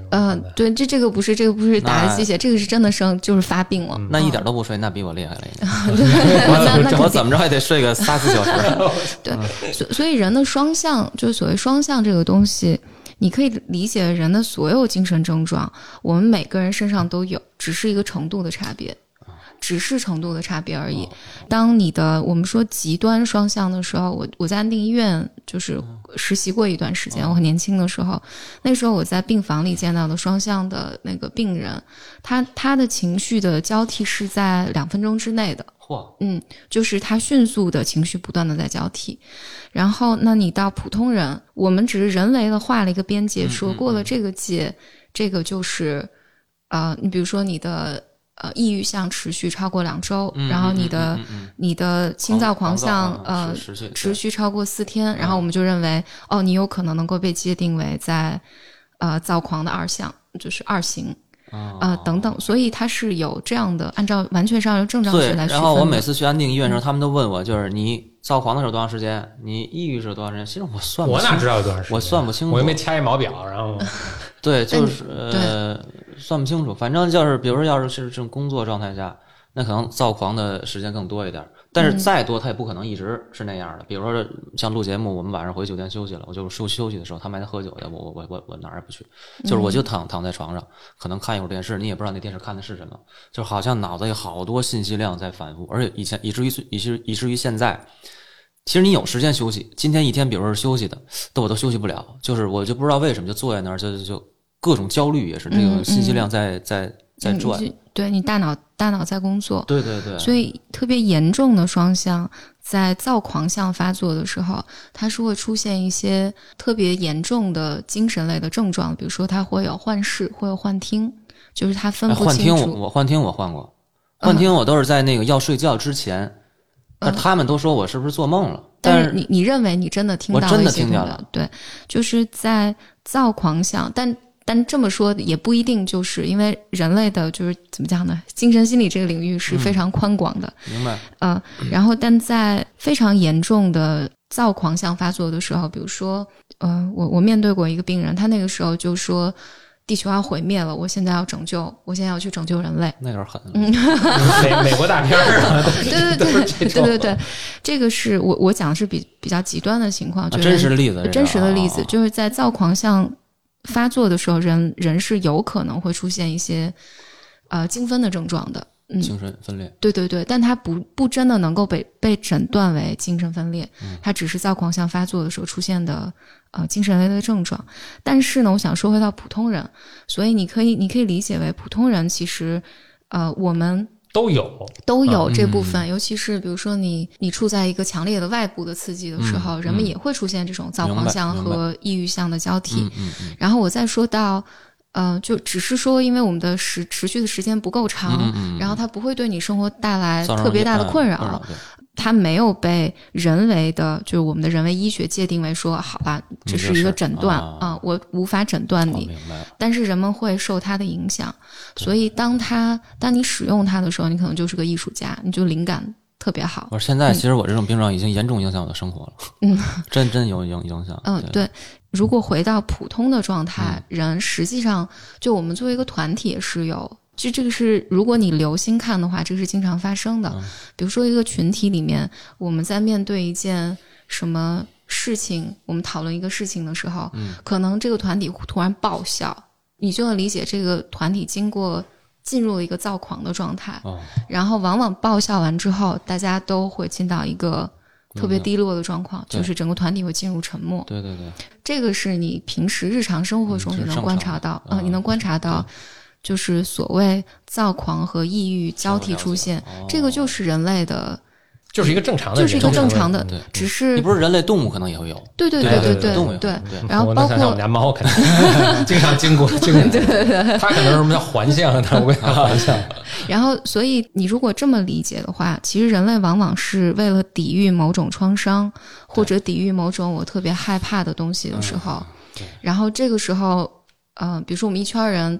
呃，对，这这个不是这个不是打的鸡血，这个是真的生就是发病了。 那一点都不睡，那比我厉害了一点。 那那我怎么着还得睡个仨四小时。 对，所所以人的双向，就是所谓双向这个东西，你可以理解人的所有精神症状，我们每个人身上都有，只是一个程度的差别。只是程度的差别而已。当你的我们说极端双向的时候，我我在安定医院就是实习过一段时间，我很年轻的时候，那时候我在病房里见到的双向的那个病人，他他的情绪的交替是在两分钟之内的。嗯，就是他迅速的情绪不断的在交替。然后那你到普通人，我们只是人为的画了一个边界，说过了这个界，这个就是呃，你比如说你的呃，抑郁项持续超过两周， 嗯、 然后你的、嗯嗯、你的轻躁狂项呃持续持续超过四天，然后我们就认为、嗯、哦，你有可能能够被界定为在呃躁狂的二项，就是二型。 哦、 呃，等等，所以它是有这样的，按照完全是按照症状学来区分的。 然后我每次去安定医院的时候，他们都问我，就是你躁狂的时候多长时间，你抑郁是多长时间？其实我算不清， 我哪知道有多长时间？ 我算不清楚， 我又没掐一毛表，然后对，就是呃，算不清楚。反正就是，比如说，要是是这种工作状态下，那可能躁狂的时间更多一点。但是再多，他也不可能一直是那样的。比如说像录节目，我们晚上回酒店休息了，我就休休息的时候，他们还在喝酒的，我我我我哪儿也不去，就是我就躺躺在床上，可能看一会儿电视，你也不知道那电视看的是什么，就好像脑子有好多信息量在反复，而且以前以至于以至以至于现在，其实你有时间休息，今天一天，比如说休息的，都我都休息不了，就是我就不知道为什么就坐在那儿，就就各种焦虑，也是这个信息量在、嗯、在在转。 嗯对你大脑大脑在工作， 对对对， 所以特别严重的双向在躁狂项发作的时候，它是会出现一些特别严重的精神类的症状，比如说它会有幻视，会有幻听，就是它分不清楚。 幻听我我幻听我换过，幻听我都是在那个要睡觉之前，但、嗯、他们都说我是不是做梦了？ 但是你你认为你真的听到了一些？ 我真的听见了， 对，就是在躁狂项，但。但这么说也不一定，就是因为人类的就是怎么讲呢？精神心理这个领域是非常宽广的， 嗯、明白？ 呃，然后但在非常严重的躁狂项发作的时候，比如说，呃，我我面对过一个病人，他那个时候就说，地球要毁灭了，我现在要拯救，我现在要去拯救人类， 那有点狠。 嗯， 美美国大片啊， 对对对对对对，这个是我我讲的是比比较极端的情况，就是、 啊、真实的例子， 真实的例子、 哦、 就是在躁狂项发作的时候，人人是有可能会出现一些呃精分的症状的，嗯， 精神分裂， 对对对，但它不不真的能够被被诊断为精神分裂， 嗯， 它只是躁狂项发作的时候出现的呃精神类的症状。但是呢，我想说回到普通人，所以你可以你可以理解为普通人其实呃我们。 都有都有这部分、 嗯、 尤其是比如说你你处在一个强烈的外部的刺激的时候、 嗯、 人们也会出现这种躁狂项和抑郁项的交替、 嗯嗯嗯、 然后我再说到呃，就只是说因为我们的时持续的时间不够长、 嗯嗯、 然后它不会对你生活带来特别大的困扰、 嗯、 它没有被人为的就是我们的人为医学界定为说好吧这是一个诊断啊、呃，我无法诊断你、 哦、 但是人们会受它的影响，所以当它当你使用它的时候，你可能就是个艺术家，你就灵感特别好。 我现在其实我这种病状已经严重影响我的生活了， 嗯， 真真有影影响。 嗯，对。如果回到普通的状态、嗯，人实际上就我们作为一个团体也是有，就这个是如果你留心看的话，这个是经常发生的。 嗯、 比如说一个群体里面，我们在面对一件什么事情，我们讨论一个事情的时候， 嗯， 可能这个团体突然爆笑，你就能理解这个团体经过进入了一个躁狂的状态、 哦、 然后往往爆笑完之后大家都会进到一个特别低落的状况、嗯、就是整个团体会进入沉默。 对对对， 这个是你平时日常生活中你能观察到、 嗯、 呃，你能观察到就是所谓躁狂和抑郁交替出现、 哦、 这个就是人类的就是一个正常的， 就是一个正常的，只是你不是人类动物可能也会有， 对对对对对对对对。然后包括我家猫肯定经常经过，经过对对对， 它可能是什么叫环象，它我跟它环象。 然后，所以你如果这么理解的话，其实人类往往是为了抵御某种创伤，或者抵御某种我特别害怕的东西的时候， 嗯、 然后这个时候，呃，比如说我们一圈人。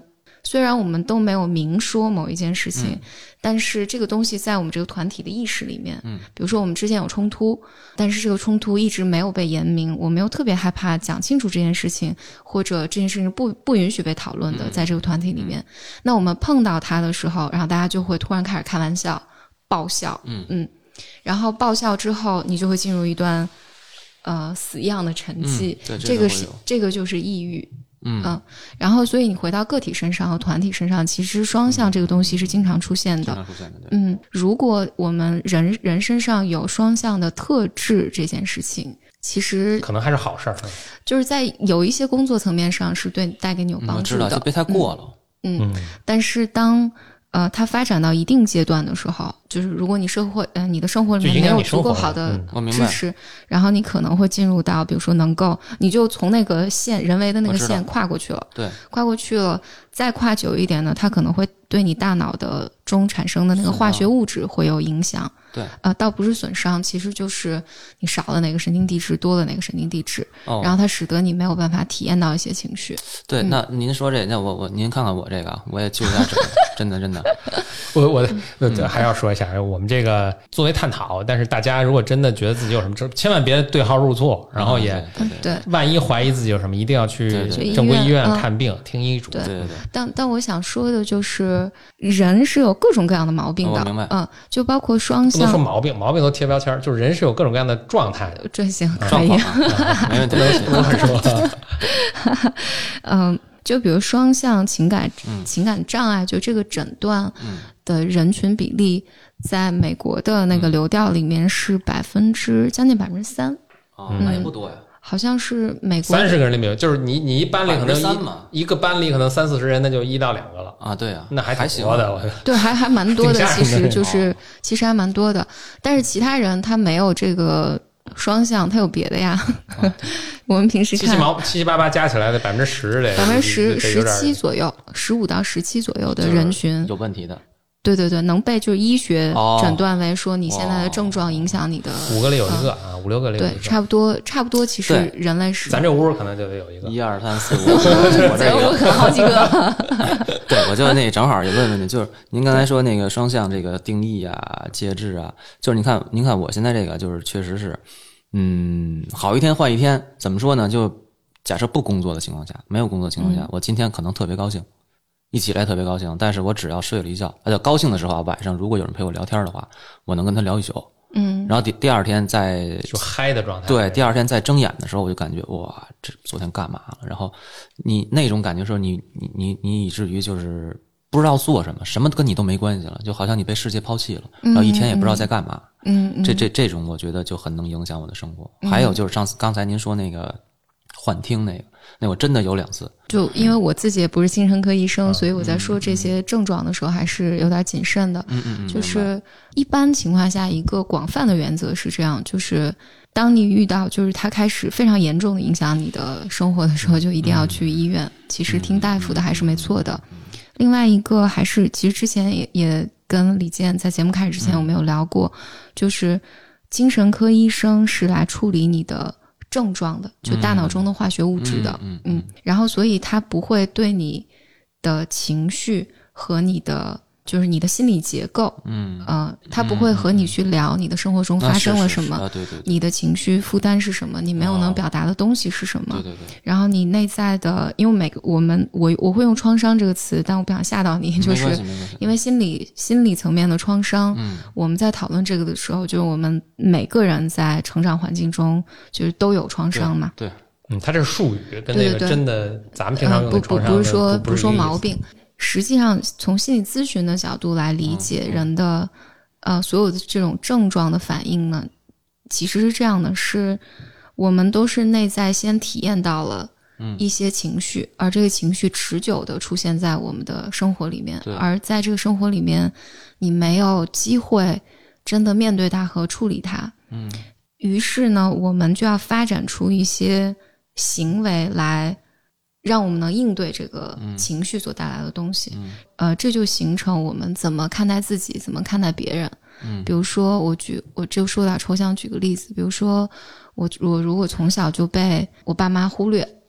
虽然我们都没有明说某一件事情、嗯、但是这个东西在我们这个团体的意识里面， 嗯， 比如说我们之间有冲突，但是这个冲突一直没有被言明，我们又特别害怕讲清楚这件事情，或者这件事情不不允许被讨论的，在这个团体里面、嗯、那我们碰到它的时候，然后大家就会突然开始开玩笑爆笑， 嗯嗯，然后爆笑之后你就会进入一段呃死样的沉寂、 嗯、 这个是这个就是抑郁， 嗯嗯，然后所以你回到个体身上和团体身上，其实双向这个东西是经常出现的， 经常出现的，对。 嗯，如果我们人人身上有双向的特质这件事情，其实可能还是好事儿， 就是在有一些工作层面上是对带给你有帮助的， 嗯、我知道就被他过了， 嗯，嗯但是当呃它发展到一定阶段的时候，就是如果你社会呃你的生活里面没有足够好的支持、嗯、然后你可能会进入到比如说能够你就从那个线人为的那个线跨过去了， 对， 跨过去了再跨久一点呢，它可能会对你大脑的中产生的那个化学物质会有影响， 对， 呃，倒不是损伤，其实就是你少了哪个神经递质，多了哪个神经递质， 哦、 然后它使得你没有办法体验到一些情绪。 对， 嗯、 那您说这，那我我您看看我这个，我也就一下这个，真的真的。 我我我还要说一下，嗯、我们这个作为探讨，但是大家如果真的觉得自己有什么，千万别对号入座，然后也、 嗯、对, 对, 对， 万一怀疑自己有什么，一定要去正规医院看病，嗯、听医嘱。 对对对。 但但我想说的就是，人是有各种各样的毛病的， 我明白， 嗯，就包括双向。 不能说毛病，毛病都贴标签，就是人是有各种各样的状态的。 这行可以， 嗯、没问题，不能说。 嗯，就比如双向情感、嗯、情感障碍，就这个诊断的人群比例，在美国的那个流调里面是百分之将近百分之三， 哦，那也不多呀。 好像是美国三十个人里面，就是你你一班里可能一一个班里可能三四十人，那就一到两个了啊。对啊， 那还挺多的，我对，还还蛮多的，其实就是、哦、其实还蛮多的。但是其他人他没有这个双向，他有别的呀。哦、我们平时看七七毛七七八八加起来的百分之十嘞， 百分之十十七左右，十五到十七左右的人群有问题的。 对对对，能被就是医学诊断为说你现在的症状影响你的、 哦、五个里有一个、嗯、啊，五六个里有一个， 对，差不多差不多。其实人类是咱这屋可能就得有一个， 一二三四五，我这个可能好几个。 对，我就那正好也问问你，就是您刚才说那个双向这个定义啊、介质啊，就是你看，您看我现在这个就是确实是，嗯，好一天坏一天，怎么说呢？就假设不工作的情况下，没有工作的情况下，嗯、我今天可能特别高兴。一起来特别高兴，但是我只要睡了一觉，而且高兴的时候啊，晚上如果有人陪我聊天的话，我能跟他聊一宿。 嗯， 然后第第二天在就嗨的状态。 对，第二天在睁眼的时候，我就感觉哇，这昨天干嘛了？然后你那种感觉说你你你你以至于就是不知道做什么，什么跟你都没关系了，就好像你被世界抛弃了，然后一天也不知道在干嘛。 嗯，嗯这这这种我觉得就很能影响我的生活。嗯、还有就是上次刚才您说那个幻听那个。那我真的有两次， 就因为我自己也不是精神科医生，嗯、所以我在说这些症状的时候还是有点谨慎的。 嗯嗯嗯。 就是一般情况下，一个广泛的原则是这样：就是当你遇到就是它开始非常严重的影响你的生活的时候，就一定要去医院。嗯、其实听大夫的还是没错的。嗯、另外一个还是，其实之前也也跟李健在节目开始之前我们有聊过，嗯、就是精神科医生是来处理你的症状的，就大脑中的化学物质的， 嗯 嗯, 嗯, 嗯，然后所以它不会对你的情绪和你的就是你的心理结构， 嗯， 呃，它不会和你去聊你的生活中发生了什么， 啊、是是是啊、对对对， 你的情绪负担是什么，你没有能表达的东西是什么， 哦、对对对， 然后你内在的，因为每个我们我我会用创伤这个词，但我不想吓到你，就是因为心理心理层面的创伤， 嗯， 我们在讨论这个的时候，就是我们每个人在成长环境中就是都有创伤嘛， 对，对嗯，它这是术语，跟那个真的对对对咱们平常用的创伤、 呃、不不不是说不是说毛病。实际上从心理咨询的角度来理解人的、嗯嗯、呃所有的这种症状的反应呢，其实是这样的，是我们都是内在先体验到了一些情绪、嗯、而这个情绪持久的出现在我们的生活里面，而在这个生活里面你没有机会真的面对它和处理它， 嗯， 于是呢我们就要发展出一些行为来让我们能应对这个情绪所带来的东西、 嗯、 呃，这就形成我们怎么看待自己，怎么看待别人。 嗯， 比如说我举我就说点抽象，举个例子，比如说我我如果从小就被我爸妈忽略，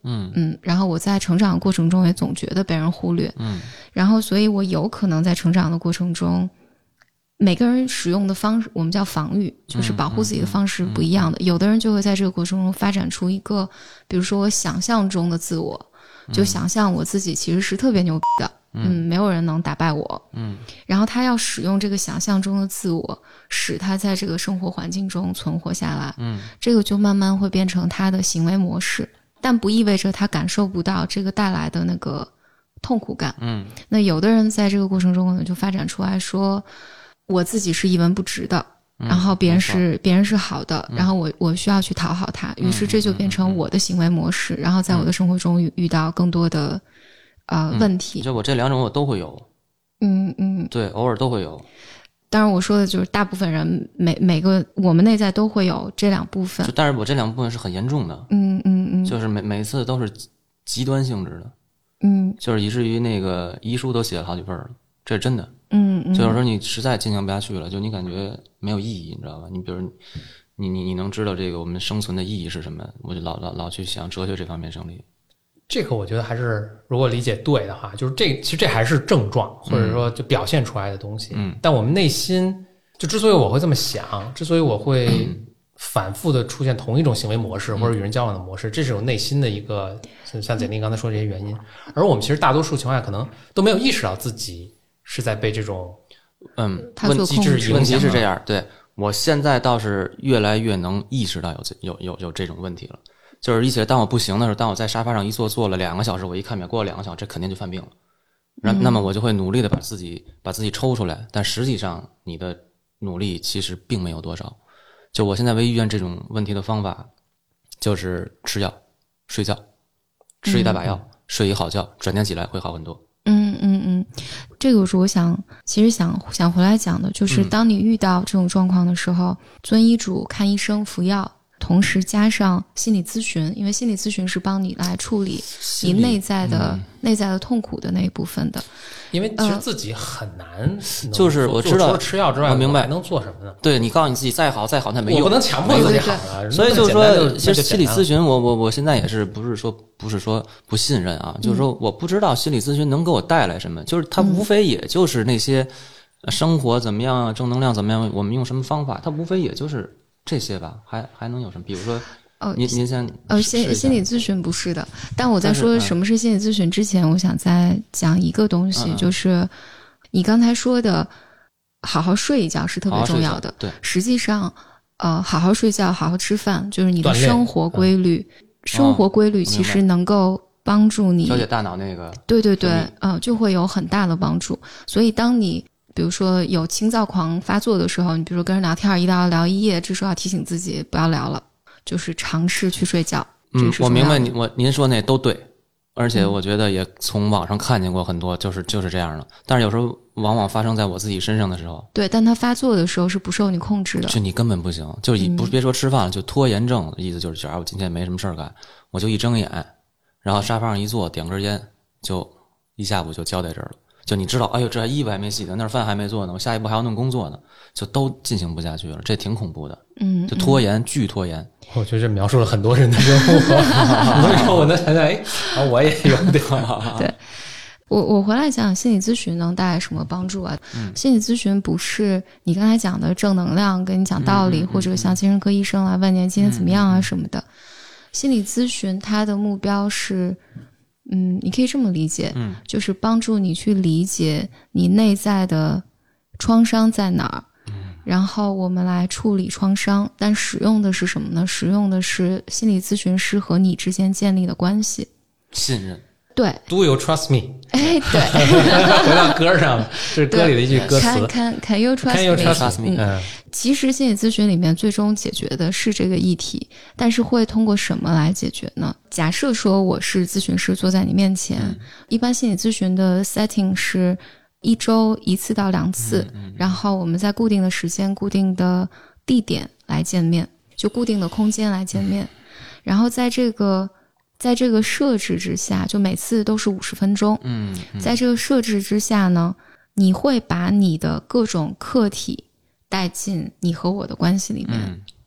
嗯嗯，然后我在成长的过程中也总觉得被人忽略， 嗯， 然后所以我有可能在成长的过程中，每个人使用的方式我们叫防御，就是保护自己的方式不一样的，有的人就会在这个过程中发展出一个比如说我想象中的自我，就想象我自己其实是特别牛逼的，嗯，没有人能打败我， 嗯， 然后他要使用这个想象中的自我，使他在这个生活环境中存活下来， 嗯， 这个就慢慢会变成他的行为模式，但不意味着他感受不到这个带来的那个痛苦感， 嗯， 那有的人在这个过程中可能就发展出来说，我自己是一文不值的， 嗯、 然后别人是别人是好的，然后我我需要去讨好他，于是这就变成我的行为模式，然后在我的生活中遇遇到更多的呃问题。 就我这两种我都会有， 嗯嗯， 对，偶尔都会有。 当然我说的就是大部分人每每个我们内在都会有这两部分， 就但是我这两部分是很严重的， 嗯嗯嗯， 就是每每次都是极端性质的， 嗯， 就是以至于那个遗书都写了好几份了，这是真的。 嗯嗯， 就是说你实在进行不下去了，就你感觉没有意义，你知道吧？你比如你你你能知道这个我们生存的意义是什么？我就老老老去想哲学这方面胜利。 这个我觉得还是如果理解对的话，就是这其实这还是症状，或者说就表现出来的东西。嗯，但我们内心就之所以我会这么想，之所以我会反复的出现同一种行为模式或者与人交往的模式，这是我内心的一个像简历刚才说这些原因。而我们其实大多数情况下可能都没有意识到自己是在被这种嗯问题是问题是这样，对我现在倒是越来越能意识到有有有有这种问题了。就是一起来，当我不行的时候，当我在沙发上一坐坐了两个小时，我一看表过了两个小时，这肯定就犯病了。那那么我就会努力的把自己把自己抽出来，但实际上你的努力其实并没有多少。就我现在唯一遇见这种问题的方法，就是吃药、睡觉，吃一大把药，嗯、睡一好觉，转天起来会好很多。 嗯嗯嗯，这个是我想其实想想回来讲的，就是当你遇到这种状况的时候，嗯、遵医嘱看医生服药。同时加上心理咨询，因为心理咨询是帮你来处理你内在的、嗯、内在的痛苦的那一部分的。 因为其实自己很难、呃， 就是我知道， 除了吃药之外， 我明白还能做什么呢？ 对，你告诉你自己再好再好，那没用， 我不能强迫自己好啊。 所以就是说，其实心理咨询，我我我现在也是不是说不是说不信任啊，嗯、就是说我不知道心理咨询能给我带来什么，就是它无非也就是那些生活怎么样，正能量怎么样，我们用什么方法，它无非也就是这些吧，还还能有什么？比如说。 哦， 您您先呃，心心理咨询不是的，但我在说什么是心理咨询之前，我想再讲一个东西， 嗯、 就是你刚才说的，好好睡一觉是特别重要的。 对， 实际上，呃，好好睡觉，好好吃饭，就是你的生活规律，嗯、生活规律其实能够帮助你调节大脑那个。 对对对，嗯、呃，就会有很大的帮助。所以，当你比如说有轻躁狂发作的时候，你比如说跟人聊天一聊聊一夜，这时候要提醒自己不要聊了。就是尝试去睡觉。 嗯，我明白你我您说那都对，而且我觉得也从网上看见过很多，就是就是这样的。但是有时候往往发生在我自己身上的时候， 对，但它发作的时候是不受你控制的， 就你根本不行，就你不别说吃饭了，就拖延症，意思就是假如我今天没什么事儿干，我就一睁眼，然后沙发上一坐，点根烟，就一下午就交在这儿了。就你知道，哎呦，这还衣服还没洗呢，那饭还没做呢，我下一步还要弄工作呢，就都进行不下去了，这挺恐怖的。 嗯， 就拖延，巨拖延。 我觉得这描述了很多人的生活。所以说，我能想想，哎，我也有点。 对，我我回来讲心理咨询能带来什么帮助啊？嗯、心理咨询不是你刚才讲的正能量，跟你讲道理，嗯嗯嗯、或者像精神科医生来问你今天怎么样啊什么的。嗯嗯、心理咨询它的目标是。嗯，你可以这么理解，嗯，就是帮助你去理解你内在的创伤在哪儿，嗯，然后我们来处理创伤，但使用的是什么呢？使用的是心理咨询师和你之间建立的关系， 信任。 对 ，Do you trust me？ 哎，对， 回到歌上了，这是歌里的一句歌词。 Can can can you trust me？ Can you trust me？ 嗯，其实心理咨询里面最终解决的是这个议题，但是会通过什么来解决呢？假设说我是咨询师坐在你面前，嗯、一般心理咨询的 setting 是一周一次到两次，嗯嗯、然后我们在固定的时间、固定的地点来见面，就固定的空间来见面，嗯、然后在这个。在这个设置之下，就每次都是五十分钟。 嗯，嗯在这个设置之下呢，你会把你的各种课题带进你和我的关系里面。 嗯，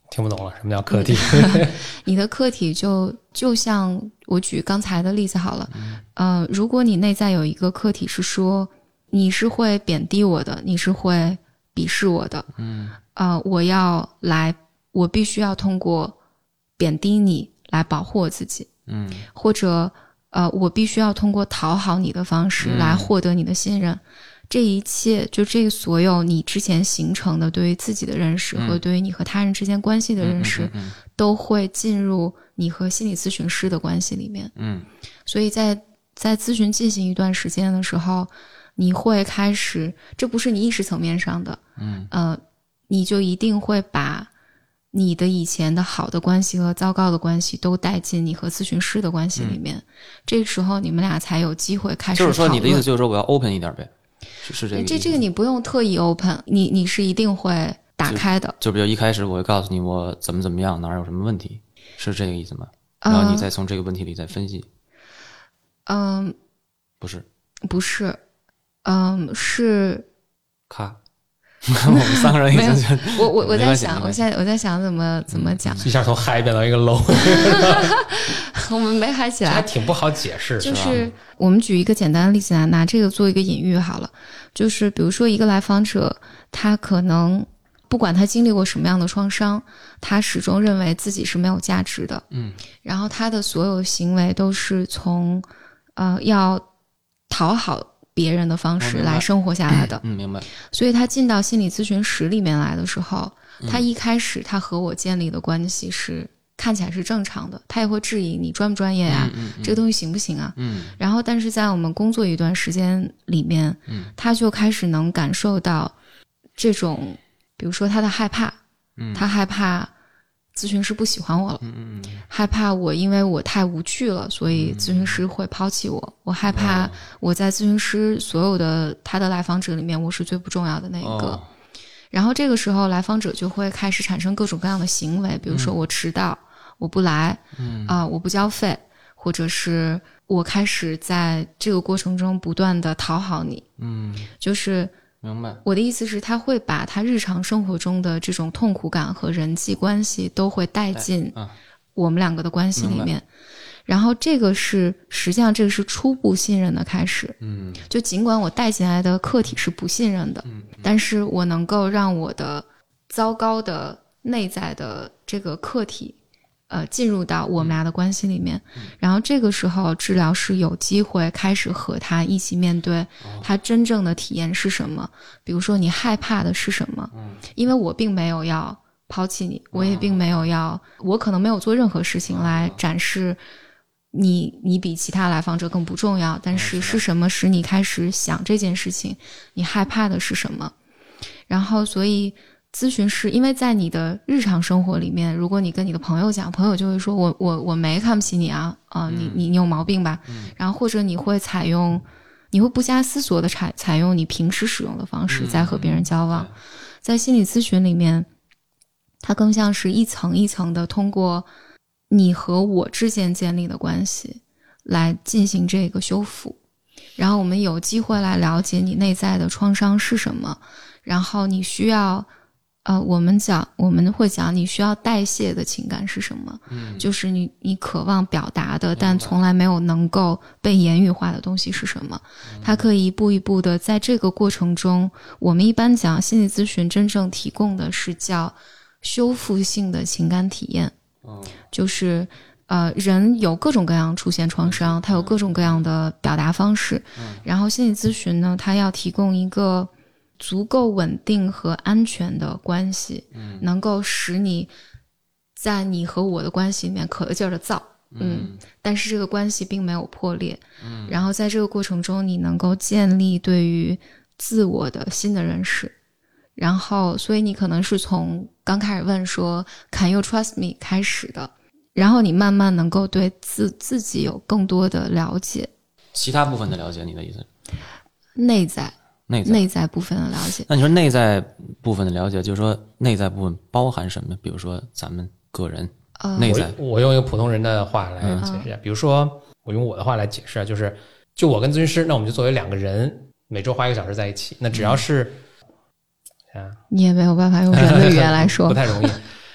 听不懂了，什么叫客体？ 你的客体就就像我举刚才的例子好了，嗯、呃，如果你内在有一个客体是说你是会贬低我的，你是会鄙视我的， 嗯， 呃，我要来，我必须要通过贬低你来保护我自己， 嗯， 或者呃，我必须要通过讨好你的方式来获得你的信任。嗯，这一切就这个所有你之前形成的对于自己的认识和对于你和他人之间关系的认识， 嗯嗯嗯嗯、 都会进入你和心理咨询师的关系里面。 嗯， 所以在在咨询进行一段时间的时候，你会开始，这不是你意识层面上的， 嗯， 呃，你就一定会把你的以前的好的关系和糟糕的关系都带进你和咨询师的关系里面。嗯、这个时候你们俩才有机会开始讨论。 就是说，你的意思就是说，我要 open 一点呗。是, 是这个意思， 这这个你不用特意 open， 你你是一定会打开的。 就, 就比如一开始我会告诉你我怎么怎么样，哪有什么问题，是这个意思吗？然后你再从这个问题里再分析。 嗯、呃， 不是， 不是，嗯、呃，是。 咔，我们三个人已经就我我我在想，我现在我在想怎么怎么讲， 一下从 high 变到一个 low， 我们没嗨起来， 还挺不好解释。 就是我们举一个简单的例子来，拿这个做一个隐喻好了。就是比如说一个来访者，他可能不管他经历过什么样的创伤，他始终认为自己是没有价值的。 嗯， 然后他的所有行为都是从呃要讨好别人的方式来生活下来的。 嗯，明白。 所以他进到心理咨询室里面来的时候，他一开始他和我建立的关系是看起来是正常的，他也会质疑你专不专业啊， 嗯嗯嗯、 这个东西行不行啊？ 嗯。 然后但是在我们工作一段时间里面， 嗯， 他就开始能感受到这种，比如说他的害怕， 嗯， 他害怕咨询师不喜欢我了， 嗯嗯嗯， 害怕我因为我太无趣了，所以咨询师会抛弃我，嗯、我害怕我在咨询师所有的他的来访者里面我是最不重要的那一个。 哦， 然后这个时候来访者就会开始产生各种各样的行为，比如说我迟到，嗯、我不来， 嗯啊、呃，我不交费，或者是我开始在这个过程中不断的讨好你， 嗯， 就是明白。 我的意思是，他会把他日常生活中的这种痛苦感和人际关系都会带进我们两个的关系里面。然后这个是实际上这个是初步信任的开始。 嗯， 就尽管我带进来的客体是不信任的， 嗯， 但是我能够让我的糟糕的内在的这个客体呃，进入到我们俩的关系里面， 嗯， 然后这个时候治疗师有机会开始和他一起面对他真正的体验是什么，哦，比如说你害怕的是什么， 嗯， 因为我并没有要抛弃你，我也并没有要，哦，我可能没有做任何事情来展示你你比其他来访者更不重要，但是是什么使你开始想这件事情，你害怕的是什么，然后所以咨询师，因为在你的日常生活里面，如果你跟你的朋友讲，朋友就会说我我我没看不起你啊，啊、呃，你你你有毛病吧？ 嗯， 然后或者你会采用，你会不加思索的采采用你平时使用的方式在和别人交往。 嗯， 在心理咨询里面，它更像是一层一层的通过你和我之间建立的关系来进行这个修复，然后我们有机会来了解你内在的创伤是什么，然后你需要。呃，我们讲我们会讲你需要代谢的情感是什么， 嗯， 就是你你渴望表达的但从来没有能够被言语化的东西是什么， 嗯， 它可以一步一步的在这个过程中，我们一般讲心理咨询真正提供的是叫修复性的情感体验， 哦， 就是呃，人有各种各样出现创伤，他有各种各样的表达方式， 嗯， 然后心理咨询呢，它要提供一个足够稳定和安全的关系， 嗯， 能够使你在你和我的关系里面可劲儿的造，嗯，嗯，但是这个关系并没有破裂， 嗯，然后在这个过程中你能够建立对于自我的新的认识，然后所以你可能是从刚开始问说 Can you trust me 开始的，然后你慢慢能够对自自己有更多的了解， 其他部分的了解，你的意思？ 内在内在内在部分的了解。 那你说内在部分的了解，就是说内在部分包含什么？比如说咱们个人，呃、内在我，我用一个普通人的话来解释一下， 嗯、 比如说我用我的话来解释，就是就我跟咨询师，那我们就作为两个人，每周花一个小时在一起，那只要是， 嗯、你也没有办法用人的语言来说， 不太容易。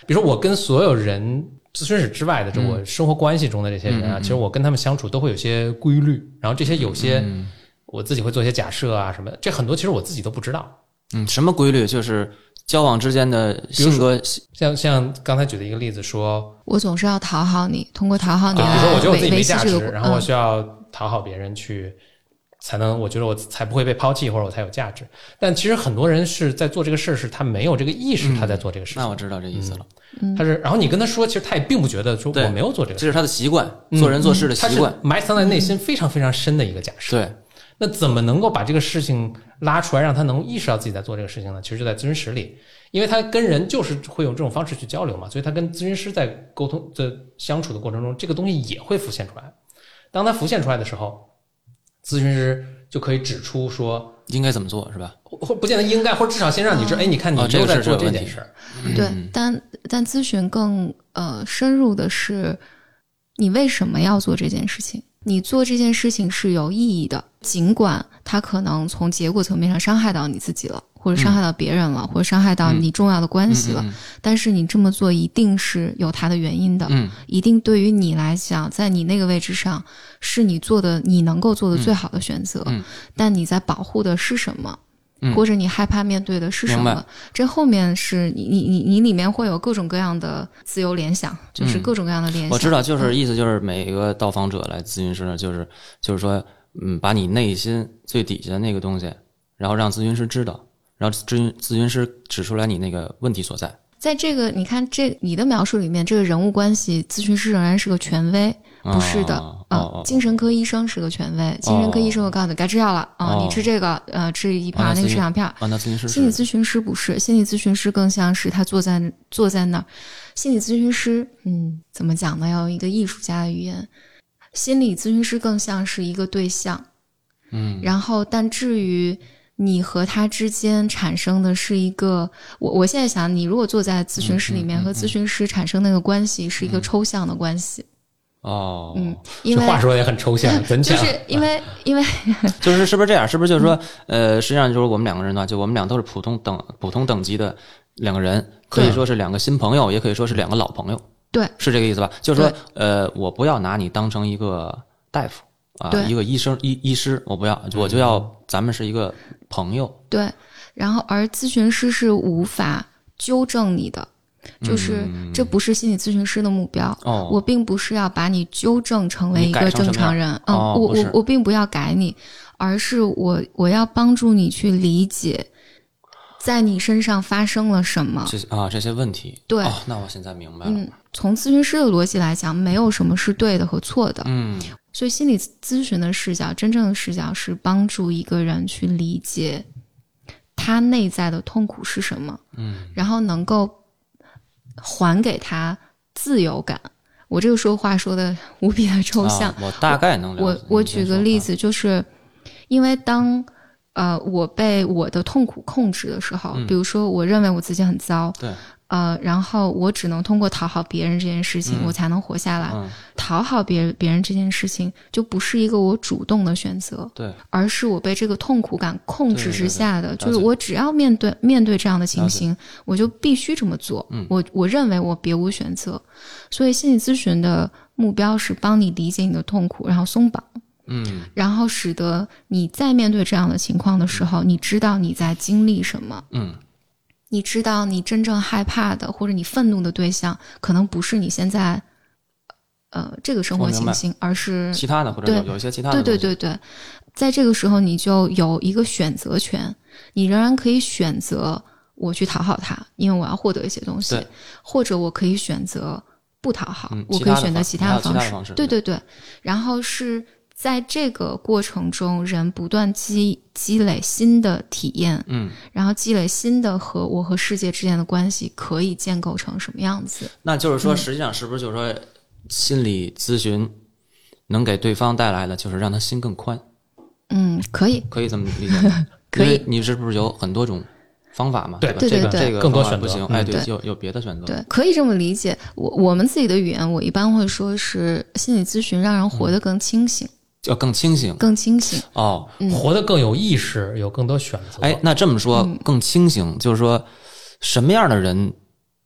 比如说我跟所有人咨询室之外的，就我生活关系中的这些人啊，嗯、其实我跟他们相处都会有些规律，然后这些有些我自己会做一些假设啊什么的，这很多其实我自己都不知道。 嗯，什么规律？就是交往之间的性格， 像像刚才举的一个例子说， 我总是要讨好你，通过讨好你， 比如说我觉得我自己没价值， 嗯、 然后我需要讨好别人去。才能我觉得我才不会被抛弃，或者我才有价值。但其实很多人是在做这个事，是他没有这个意识，他在做这个事情、 嗯、那我知道这意思了、 嗯、 他是然后你跟他说，其实他也并不觉得说我没有做这个事， 这是他的习惯、嗯、做人做事的习惯， 他是埋藏在内心非常非常深的一个假设。 对， 那怎么能够把这个事情拉出来，让他能意识到自己在做这个事情呢？其实就在咨询室里，因为他跟人就是会用这种方式去交流嘛，所以他跟咨询师在沟通的相处的过程中，这个东西也会浮现出来。当他浮现出来的时候，咨询师就可以指出说应该怎么做，是吧？ 或不见得应该，或者至少先让你知道，哎、哦，你看你都在做这件事。 哦这对，但但咨询更呃深入的是，你为什么要做这件事情？你做这件事情是有意义的，尽管它可能从结果层面上伤害到你自己了，或者伤害到别人了，嗯、或者伤害到你重要的关系了、 嗯嗯嗯、 但是你这么做一定是有它的原因的、 嗯、 一定对于你来讲，在你那个位置上是你做的你能够做的最好的选择、 嗯嗯、 但你在保护的是什么、 嗯、 或者你害怕面对的是什么，这后面是你你你你里面会有各种各样的自由联想，就是各种各样的联想、 嗯、我知道，就是意思就是每个到访者来咨询师呢，就是就是说嗯，把你内心最底下的那个东西，然后让咨询师知道，然后咨询咨询师指出来你那个问题所在。 在这个你看这你的描述里面，这个人物关系，咨询师仍然是个权威，不是的， 哦呃哦、 精神科医生是个权威，精神科医生会告诉你该吃药了啊、 哦呃，你吃这个呃吃一片、哦、那个吃两片。 哦，那咨询师心理咨询师不是，心理咨询师更像是他坐在坐在那儿，心理咨询师嗯怎么讲呢？要用一个艺术家的语言，心理咨询师更像是一个对象， 嗯， 然后但至于你和他之间产生的是一个，我我现在想，你如果坐在咨询室里面、嗯嗯嗯、和咨询师产生那个关系是一个抽象的关系。 哦， 嗯，因为话说的也很抽象，真讲就是因为因为就是是不是这样？是不是就是说，呃，实际上就是我们两个人呢，就我们俩都是普通等普通等级的两个人，可以说是两个新朋友，也可以说是两个老朋友。 对， 是这个意思吧？就是说，呃，我不要拿你当成一个大夫。啊，一个医生医医师，我不要，我就要咱们是一个朋友。 对，然后而咨询师是无法纠正你的，就是、嗯、这不是心理咨询师的目标。 哦， 我并不是要把你纠正成为一个正常人，嗯， 哦、 我我我并不要改你，而是我我要帮助你去理解。在你身上发生了什么？ 这啊，这些问题。 对、 哦，那我现在明白了。 嗯，从咨询师的逻辑来讲，没有什么是对的和错的。 嗯， 所以心理咨询的视角，真正的视角是帮助一个人去理解他内在的痛苦是什么。 嗯， 然后能够还给他自由感。我这个说话说的无比的抽象， 啊、我大概能了解。 我我举个例子，就是因为当。呃，我被我的痛苦控制的时候、 嗯、 比如说我认为我自己很糟， 对， 呃，然后我只能通过讨好别人这件事情、嗯、我才能活下来、 嗯、 讨好别人别人这件事情就不是一个我主动的选择， 对， 而是我被这个痛苦感控制之下的， 对对对对， 就是我只要面对面对这样的情形我就必须这么做、 嗯、 我我认为我别无选择。所以心理咨询的目标是帮你理解你的痛苦，然后松绑， 嗯， 然后使得你在面对这样的情况的时候、嗯、你知道你在经历什么， 嗯， 你知道你真正害怕的或者你愤怒的对象可能不是你现在呃这个生活情形，而是其他的，或者 有, 有一些其他的， 对对对对，在这个时候你就有一个选择权，你仍然可以选择我去讨好他，因为我要获得一些东西，或者我可以选择不讨好、 嗯、 我可以选择其他的方式， 方式对对对，然后是在这个过程中人不断积积累新的体验， 嗯， 然后积累新的和我和世界之间的关系可以建构成什么样子。 那就是说实际上是不是就是说心理咨询能给对方带来的就是让他心更宽？ 嗯，可以可以这么理解吗？ 可以， 你是不是有很多种方法嘛？ 对吧？ 对对对， 这个更多选择不行，哎，对，有有别的选择。 对，可以这么理解。我我们自己的语言，我一般会说是心理咨询让人活得更清醒。嗯要更清醒， 更清醒哦、 嗯， 活得更有意识，有更多选择。 哎，那这么说、 嗯、 更清醒，就是说什么样的人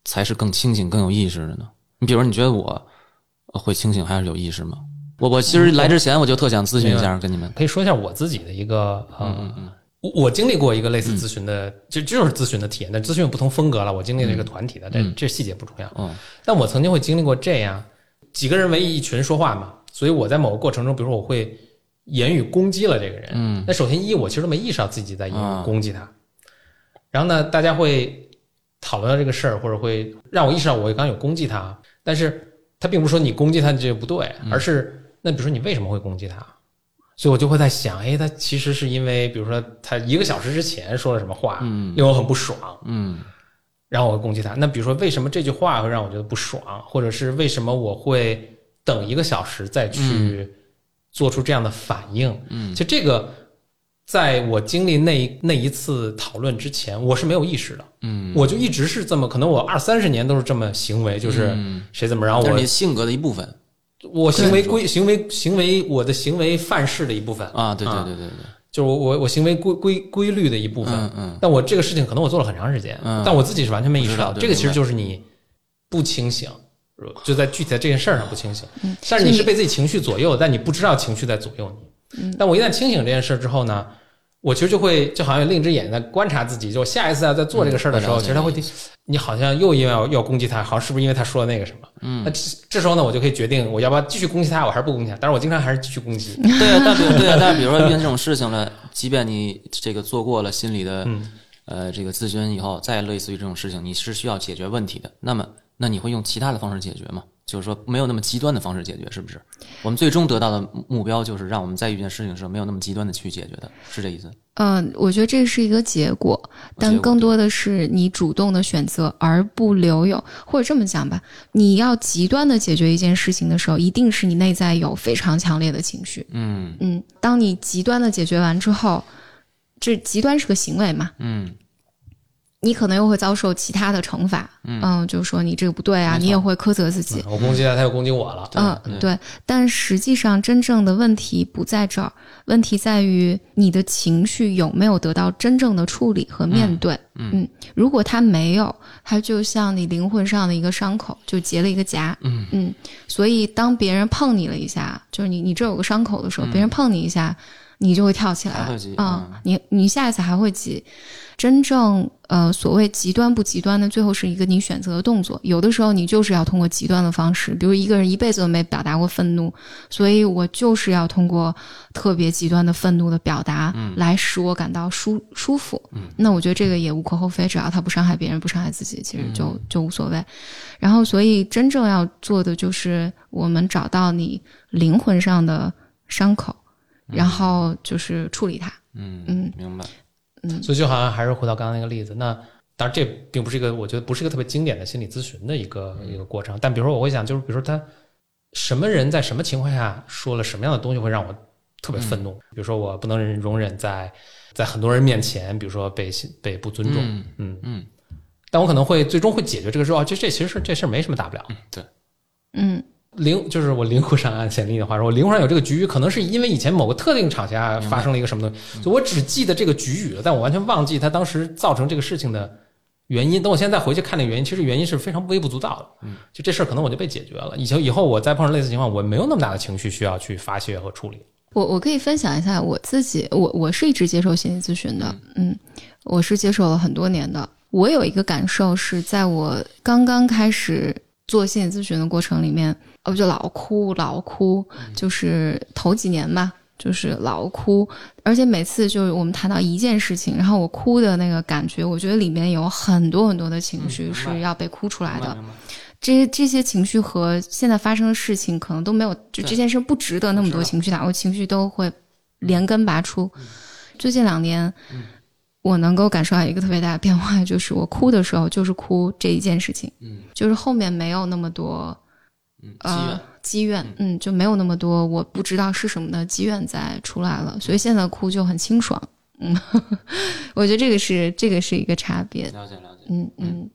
才是更清醒更有意识的呢？你比如你觉得我会清醒还是有意识吗？我我其实来之前我就特想咨询一下跟你们， 可以说一下我自己的一个呃嗯嗯我我经历过一个类似咨询的，嗯、就就是咨询的体验，但咨询有不同风格了。我经历了一个团体的，这、嗯、这细节不重要。 嗯， 但我曾经会经历过这样几个人为一群说话嘛，所以我在某个过程中，比如说我会言语攻击了这个人。嗯，那首先一，我其实都没意识到自己在言语攻击他。嗯、然后呢，大家会讨论到这个事儿，或者会让我意识到我刚刚有攻击他，但是他并不是说你攻击他这不对，嗯、而是那比如说你为什么会攻击他？所以我就会在想，哎，他其实是因为，比如说他一个小时之前说了什么话，嗯，令我很不爽，嗯，然后我会攻击他。那比如说，为什么这句话会让我觉得不爽，或者是为什么我会等一个小时再去做出这样的反应？嗯，其实这个在我经历那那一次讨论之前，我是没有意识的，嗯，我就一直是这么，可能我二三十年都是这么行为，就是谁怎么让我， 这是你性格的一部分。 我行为规行为行为我的行为范式的一部分啊，对对对对对， 就是我我我行为规规规律的一部分。嗯嗯。但我这个事情可能我做了很长时间，嗯，但我自己是完全没意识到，这个其实就是你不清醒，就在具体的这件事儿上不清醒。嗯。但是你是被自己情绪左右，但你不知道情绪在左右你。嗯。但我一旦清醒这件事之后呢，我其实就会就好像有另一只眼在观察自己，就下一次要在做这个事儿的时候，嗯、其实他会。你好像又因为要要攻击他，好像是不是因为他说了那个什么？嗯，那这时候呢，我就可以决定我要不要继续攻击他，我还是不攻击他。但是我经常还是继续攻击。 对啊，但比如对啊，但是比如说遇见这种事情了，即便你这个做过了心理的、嗯、呃这个咨询以后，再类似于这种事情，你是需要解决问题的。那么，那你会用其他的方式解决吗？就是说没有那么极端的方式解决，是不是？我们最终得到的目标就是让我们在遇见事情的时候没有那么极端的去解决的，是这意思？ 嗯，我觉得这是一个结果，但更多的是你主动的选择而不留有，或者这么讲吧，你要极端的解决一件事情的时候，一定是你内在有非常强烈的情绪。嗯嗯，当你极端的解决完之后，这极端是个行为嘛？嗯。你可能又会遭受其他的惩罚，嗯，嗯就是说你这个不对啊，你也会苛责自己。 嗯、我攻击他，他又攻击我了。 嗯，对, 对。但实际上，真正的问题不在这儿，问题在于你的情绪有没有得到真正的处理和面对。嗯，嗯如果他没有，它就像你灵魂上的一个伤口，就结了一个痂。嗯嗯，所以当别人碰你了一下，就是你你这有个伤口的时候，嗯、别人碰你一下，你就会跳起来。 还会急啊、嗯！你你下一次还会急。真正呃所谓极端不极端的，最后是一个你选择的动作。有的时候你就是要通过极端的方式，比如一个人一辈子都没表达过愤怒，所以我就是要通过特别极端的愤怒的表达，嗯、来使我感到舒舒服。嗯，那我觉得这个也无可厚非，只要他不伤害别人，不伤害自己，其实就就无所谓。然后，所以真正要做的就是我们找到你灵魂上的伤口，然后就是处理它。 嗯嗯，明白。 嗯，所以就好像还是回到刚刚那个例子，那当然这并不是一个，我觉得不是一个特别经典的心理咨询的一个、嗯、一个过程。但比如说我会想，就是比如说他什么人在什么情况下说了什么样的东西会让我特别愤怒？嗯、比如说我不能容忍在在很多人面前，比如说被被不尊重，嗯嗯嗯，但我可能会最终会解决这个事，哦，这这其实是这事儿没什么大不了， 嗯、对， 嗯。 灵就是我灵魂上按潜力的话说，我灵魂上有这个局语，可能是因为以前某个特定场下发生了一个什么东西，所以我只记得这个局语了，但我完全忘记它当时造成这个事情的原因。等我现在再回去看那个原因，其实原因是非常微不足道的。嗯，就这事儿可能我就被解决了。以前以后我再碰上类似情况，我没有那么大的情绪需要去发泄和处理。 我我可以分享一下我自己，我我是一直接受心理咨询的，嗯，嗯我是接受了很多年的。我有一个感受是在我刚刚开始做心理咨询的过程里面，我就老哭老哭，就是头几年吧，就是老哭，而且每次就是我们谈到一件事情，然后我哭的那个感觉，我觉得里面有很多很多的情绪是要被哭出来的。这这些情绪和现在发生的事情可能都没有，就这件事不值得那么多情绪打，我情绪都会连根拔出。最近两年，我能够感受到一个特别大的变化，就是我哭的时候就是哭这一件事情，嗯，就是后面没有那么多， 嗯， 呃，积怨，嗯，就没有那么多我不知道是什么的积怨再出来了，所以现在哭就很清爽，嗯，呵呵我覺得这个是这个是一个差别， 了解了解， 嗯嗯。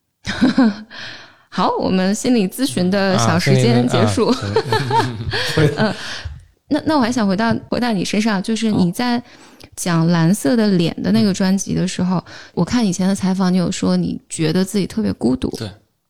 好，我们心理咨询的小时间结束。嗯、啊，那那我还想回到回到你身上，就是你在讲蓝色的脸的那个专辑的时候，我看以前的采访，你有说你觉得自己特别孤独。 对，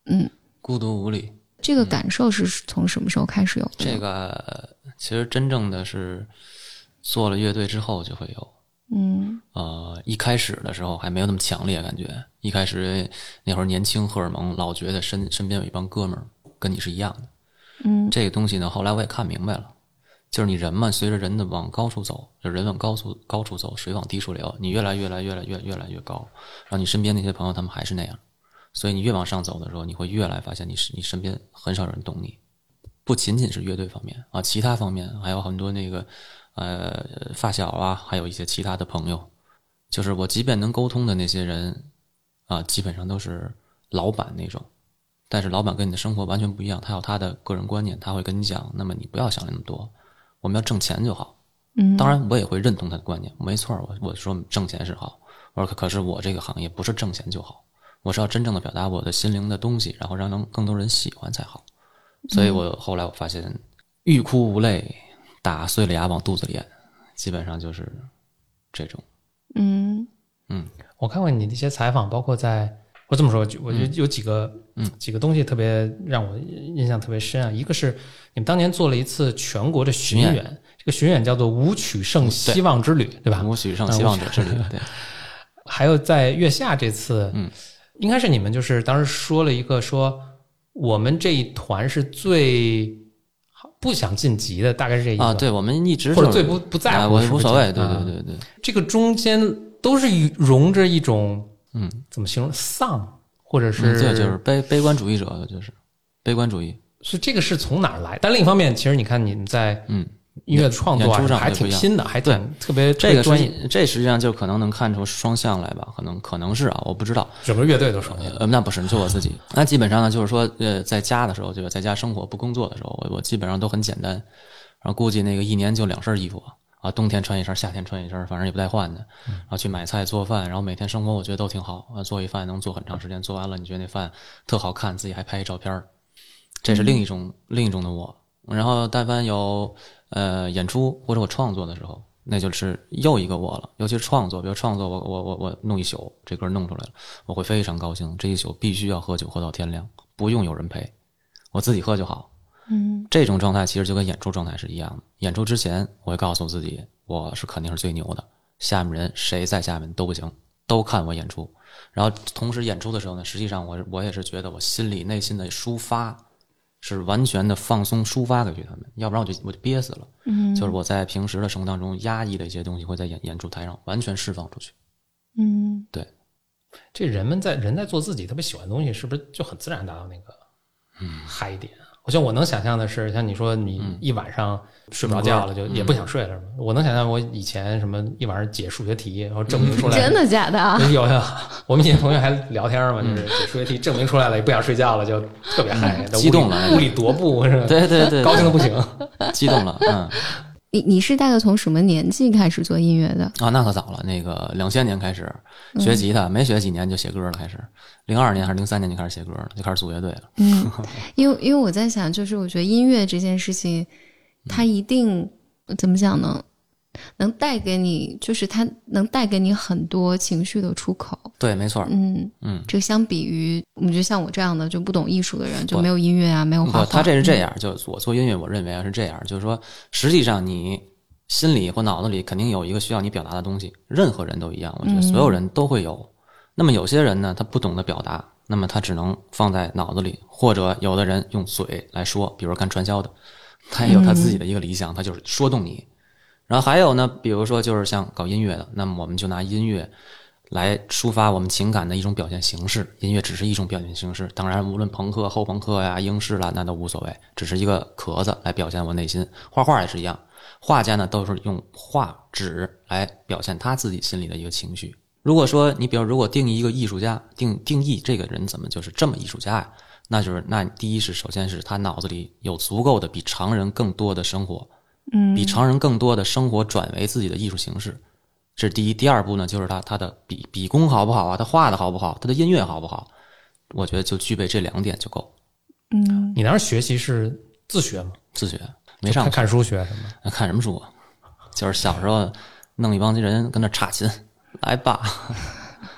嗯， 孤独无力。 这个感受是从什么时候开始有的？ 这个其实真正的是做了乐队之后就会有。 嗯， 呃，一开始的时候还没有那么强烈感觉。一开始那会儿年轻荷尔蒙，老觉得身身边有一帮哥们儿跟你是一样的。 嗯， 这个东西呢，后来我也看明白了，就是你人嘛，随着人的往高处走，就人往高处高处走，水往低处流，你越来越来越来越越来越高，然后你身边那些朋友他们还是那样，所以你越往上走的时候，你会越来发现你是你身边很少有人懂你，不仅仅是乐队方面啊，其他方面还有很多那个呃发小啊，还有一些其他的朋友，就是我即便能沟通的那些人啊，基本上都是老板那种。但是老板跟你的生活完全不一样，他有他的个人观念，他会跟你讲，那么你不要想那么多，我们要挣钱就好。 嗯， 当然我也会认同他的观念，没错，我我说挣钱是好，我说可是我这个行业不是挣钱就好，我是要真正的表达我的心灵的东西，然后让能更多人喜欢才好。所以我后来我发现，欲哭无泪，打碎了牙往肚子里咽，基本上就是这种。 嗯嗯， 我看过你的一些采访，包括在。我这么说，我觉得有几个嗯几个东西特别让我印象特别深啊。一个是你们当年做了一次全国的巡演，这个巡演叫做舞曲圣希望之旅， 对, 对吧？ 舞曲圣希望者之旅，对。 还有在月下这次， 嗯， 应该是你们就是当时说了一个说我们这一团是最不想晋级的，大概是这意思啊。对，我们一直或者最不不在乎， 我无所谓，对对对对。 这个中间都是融着一种。 嗯， 怎么形容丧，或者是、 嗯、对，就是悲悲观主义者的，就是悲观主义。 所以这个是从哪儿来？但另一方面，其实你看你们在嗯音乐创作啊还挺新的，还挺特别这个专业。 这实际上就可能能看出双向来吧，可能可能是啊，我不知道。 整个乐队都双向？ 呃，那不是，就我自己。那基本上呢，就是说，呃，在家的时候，就是在家生活不工作的时候，我我基本上都很简单，然后估计那个一年就两身衣服。啊，冬天穿一身，夏天穿一身，反正也不带换的。然后去买菜做饭，然后每天生活我觉得都挺好啊，做一饭能做很长时间，做完了你觉得那饭特好看，自己还拍一照片，这是另一种、嗯、另一种的我。然后但凡有呃演出或者我创作的时候，那就是又一个我了。尤其是创作，比如创作我我我我弄一宿，这歌弄出来了，我会非常高兴。这一宿必须要喝酒喝到天亮，不用有人陪，我自己喝就好。 嗯， 这种状态其实就跟演出状态是一样的。演出之前，我会告诉自己，我是肯定是最牛的，下面人谁在下面都不行，都看我演出。然后同时演出的时候呢，实际上我我也是觉得我心里内心的抒发是完全的放松抒发给去他们，要不然我就我就憋死了。 嗯， 就是我在平时的生活当中压抑的一些东西，会在演演出台上完全释放出去。 嗯， 对， 这人们在人在做自己特别喜欢的东西，是不是就很自然达到那个嗯嗨点？我想我能想象的是，像你说你一晚上睡不着觉了，就也不想睡了，是吗？我能想象我以前什么一晚上解数学题，然后证明出来， 真的假的啊？ 有有，我们以前同学还聊天嘛，就是解数学题证明出来了，也不想睡觉了，就特别嗨， 激动了， 屋里踱步是吧？ 对对对， 高兴的不行， 激动了，嗯。 你你是大概从什么年纪开始做音乐的啊？那可早了，那个两千年开始学吉他，嗯、没学几年就写歌了，开始零二年还是零三年就开始写歌了，就开始组乐队了。 嗯，因为因为我在想，就是我觉得音乐这件事情，它一定、嗯、怎么讲呢？能带给你，就是它能带给你很多情绪的出口。 对，没错。 嗯嗯， 这相比于我们觉得像我这样的就不懂艺术的人，就没有音乐啊，没有画画。 他这是这样，就我做音乐，我认为啊是这样，就是说，实际上你心里或脑子里肯定有一个需要你表达的东西，任何人都一样，我觉得所有人都会有。嗯、那么有些人呢，他不懂得表达，那么他只能放在脑子里，或者有的人用嘴来说，比如干传销的，他也有他自己的一个理想，嗯、他就是说动你。然后还有呢，比如说就是像搞音乐的，那么我们就拿音乐来抒发我们情感的一种表现形式。音乐只是一种表现形式，当然无论朋克、后朋克呀、英式啦，那都无所谓，只是一个壳子来表现我内心。画画也是一样，画家呢都是用画纸来表现他自己心里的一个情绪。如果说你比如如果定义一个艺术家，定定义这个人怎么就是这么艺术家呀？那就是那第一是首先是他脑子里有足够的比常人更多的生活。 嗯， 比常人更多的生活转为自己的艺术形式，这是第一。第二步呢，就是他他的笔笔工好不好啊，他画的好不好，他的音乐好不好，我觉得就具备这两点就够。 嗯， 你当时学习是自学吗？ 自学，没上看看书学什么？ 看什么书啊？就是小时候弄一帮人跟那插琴，来吧。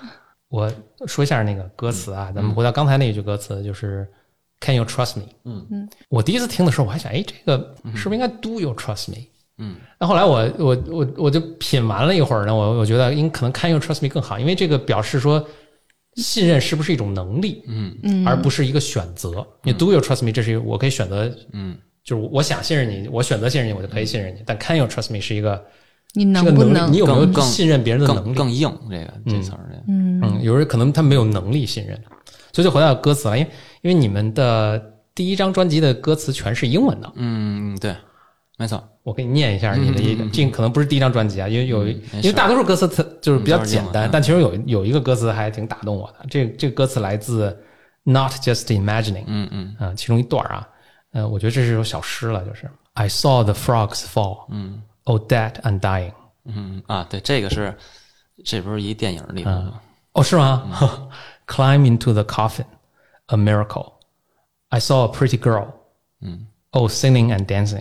我说一下那个歌词啊，咱们回到刚才那一句歌词，就是 Can you trust me？ 嗯嗯， 我第一次听的时候，我还想，哎，这个是不是应该 Do you trust me？ 嗯， 那后来我我我我就品完了一会儿呢，我我觉得应可能 Can you trust me 更好，因为这个表示说信任是不是一种能力， 嗯嗯， 而不是一个选择。你 Do you trust me？ 这是我可以选择， 嗯， 就是我想信任你，我选择信任你，我就可以信任你。但 Can you trust me 是一个你能不能？ 不能你有没有更信任别人的能力？ 更更硬这个这词儿， 嗯嗯，有人可能他没有能力信任，所以就回到歌词了，因为因为你们的第一张专辑的歌词全是英文的， 嗯，对，没错。 我给你念一下你的一个，这可能不是第一张专辑啊，因为有因为大多数歌词它就是比较简单，但其实有有一个歌词还挺打动我的，这这个歌词来自 Not Just Imagining， 嗯嗯啊，其中一段啊，呃，我觉得这是首小诗了，就是 I saw the frogs fall， 嗯 Oh dead and dying， 嗯啊，对，这个是这不是一电影里头吗？ 哦，是吗？嗯、Climb into the coffin, a miracle. I saw a pretty girl. 嗯 Oh, singing and dancing.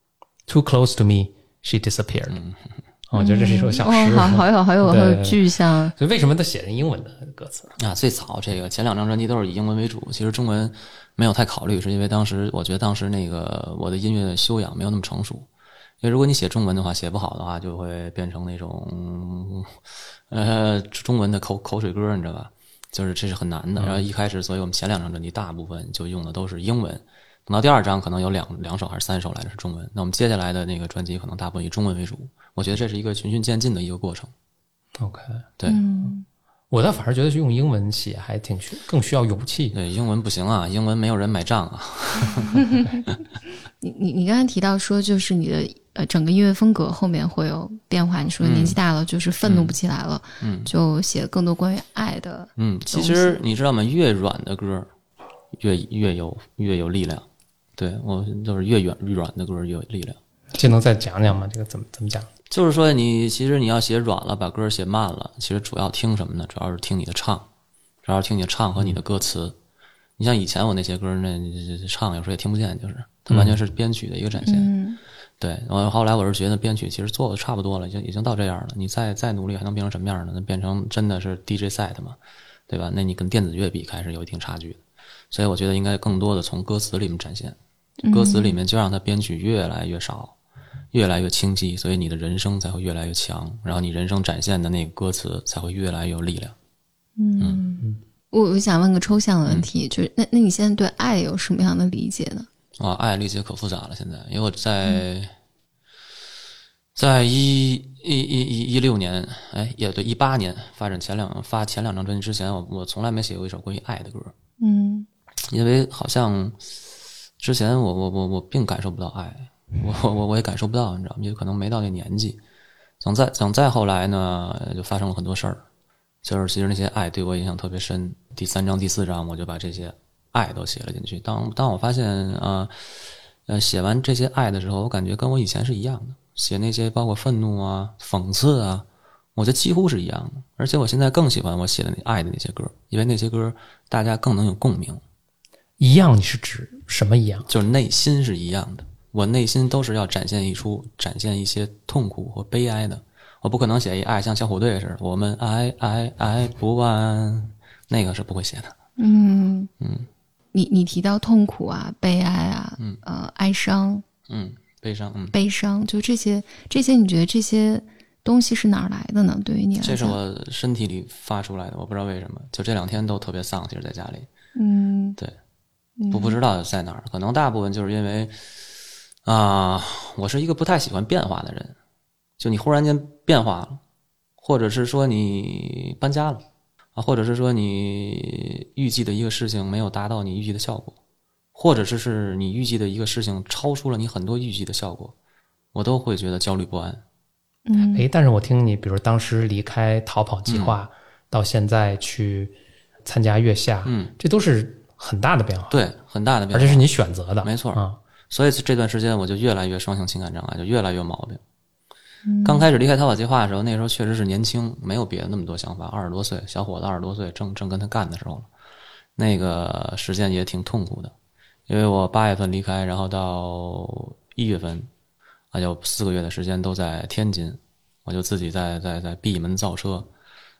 Too close to me, she disappeared. 嗯， 我觉得这是一首小诗， 哦，好好有好有好有具象。 所以为什么他写成英文的歌词啊？最早这个前两张专辑都是以英文为主，其实中文没有太考虑，是因为当时我觉得当时那个我的音乐修养没有那么成熟。因为如果你写中文的话，写不好的话，就会变成那种呃中文的口口水歌，你知道吧？就是这是很难的。然后一开始，所以我们前两张专辑大部分就用的都是英文，等到第二张可能有两两首还是三首来的是中文。那我们接下来的那个专辑可能大部分以中文为主。我觉得这是一个循序渐进的一个过程。 ？OK， 对， 嗯， 我倒反而觉得用英文写还挺需更需要勇气。 对，英文不行啊，英文没有人买账啊。 你你你刚才提到说，就是你的呃整个音乐风格后面会有变化。你说年纪大了，就是愤怒不起来了， 嗯， 就写更多关于爱的。 嗯，其实你知道吗？越软的歌，越越有越有力量。对，我就是越软越软的歌越有力量。 这能再讲讲吗？这个怎么怎么讲？ 就是说你其实你要写软了，把歌写慢了，其实主要听什么呢？主要是听你的唱，主要是听你的唱和你的歌词。你像以前我那些歌，那唱有时候也听不见，就是它完全是编曲的一个展现。 嗯， 对，我后来我是觉得编曲其实做的差不多了，已经已经到这样了。你再再努力还能变成什么样呢？那变成真的是 D J set 嘛，对吧？那你跟电子乐比还是有一定差距的。所以我觉得应该更多的从歌词里面展现，歌词里面就让它编曲越来越少。越来越清晰，所以你的人声才会越来越强，然后你人声展现的那个歌词才会越来越有力量。 嗯，嗯我我想问个抽象的问题，嗯、就是那那你现在对爱有什么样的理解呢？ 啊，爱理解可复杂了。现在，因为我在、嗯、在一一一一一六年，哎，也对，一八年发展前两发前两张专辑之前，我我从来没写过一首关于爱的歌。 嗯， 因为好像之前我我我我并感受不到爱。我我我也感受不到，你知道吗？也可能没到那年纪。等再等再后来呢，就发生了很多事儿，就是其实那些爱对我影响特别深。第三章、第四章，我就把这些爱都写了进去。当当我发现啊，呃，写完这些爱的时候，我感觉跟我以前是一样的。写那些包括愤怒啊、讽刺啊，我觉得几乎是一样的。而且我现在更喜欢我写的那爱的那些歌，因为那些歌大家更能有共鸣。 一样，你是指什么一样？ 就是内心是一样的。我内心都是要展现一出展现一些痛苦或悲哀的，我不可能写一爱像小虎队似的，我们爱爱爱不完，那个是不会写的。 嗯嗯， 你你提到痛苦啊、悲哀啊、嗯呃哀伤， 嗯，悲伤，嗯， 悲伤，就这些这些，你觉得这些东西是哪儿来的呢？对于你来讲， 这是我身体里发出来的，我不知道为什么，就这两天都特别丧，其实在家里， 嗯， 对，不不知道在哪儿，可能大部分就是因为。啊，我是一个不太喜欢变化的人，就你忽然间变化了，或者是说你搬家了啊，或者是说你预计的一个事情没有达到你预计的效果，或者是是你预计的一个事情超出了你很多预计的效果，我都会觉得焦虑不安。 嗯， 诶，但是我听你，比如当时离开逃跑计划，嗯、到现在去参加月下， 嗯， 这都是很大的变化， 对，很大的变化， 而且是你选择的， 没错啊。 所以这段时间我就越来越双向情感障碍，就越来越毛病。 嗯、 刚开始离开逃跑计划的时候，那时候确实是年轻，没有别的那么多想法，二十多岁，小伙子二十多岁，正正跟他干的时候了。那个时间也挺痛苦的，因为我八月份离开，然后到一月份，啊，有四个月的时间都在天津，我就自己在在在闭门造车，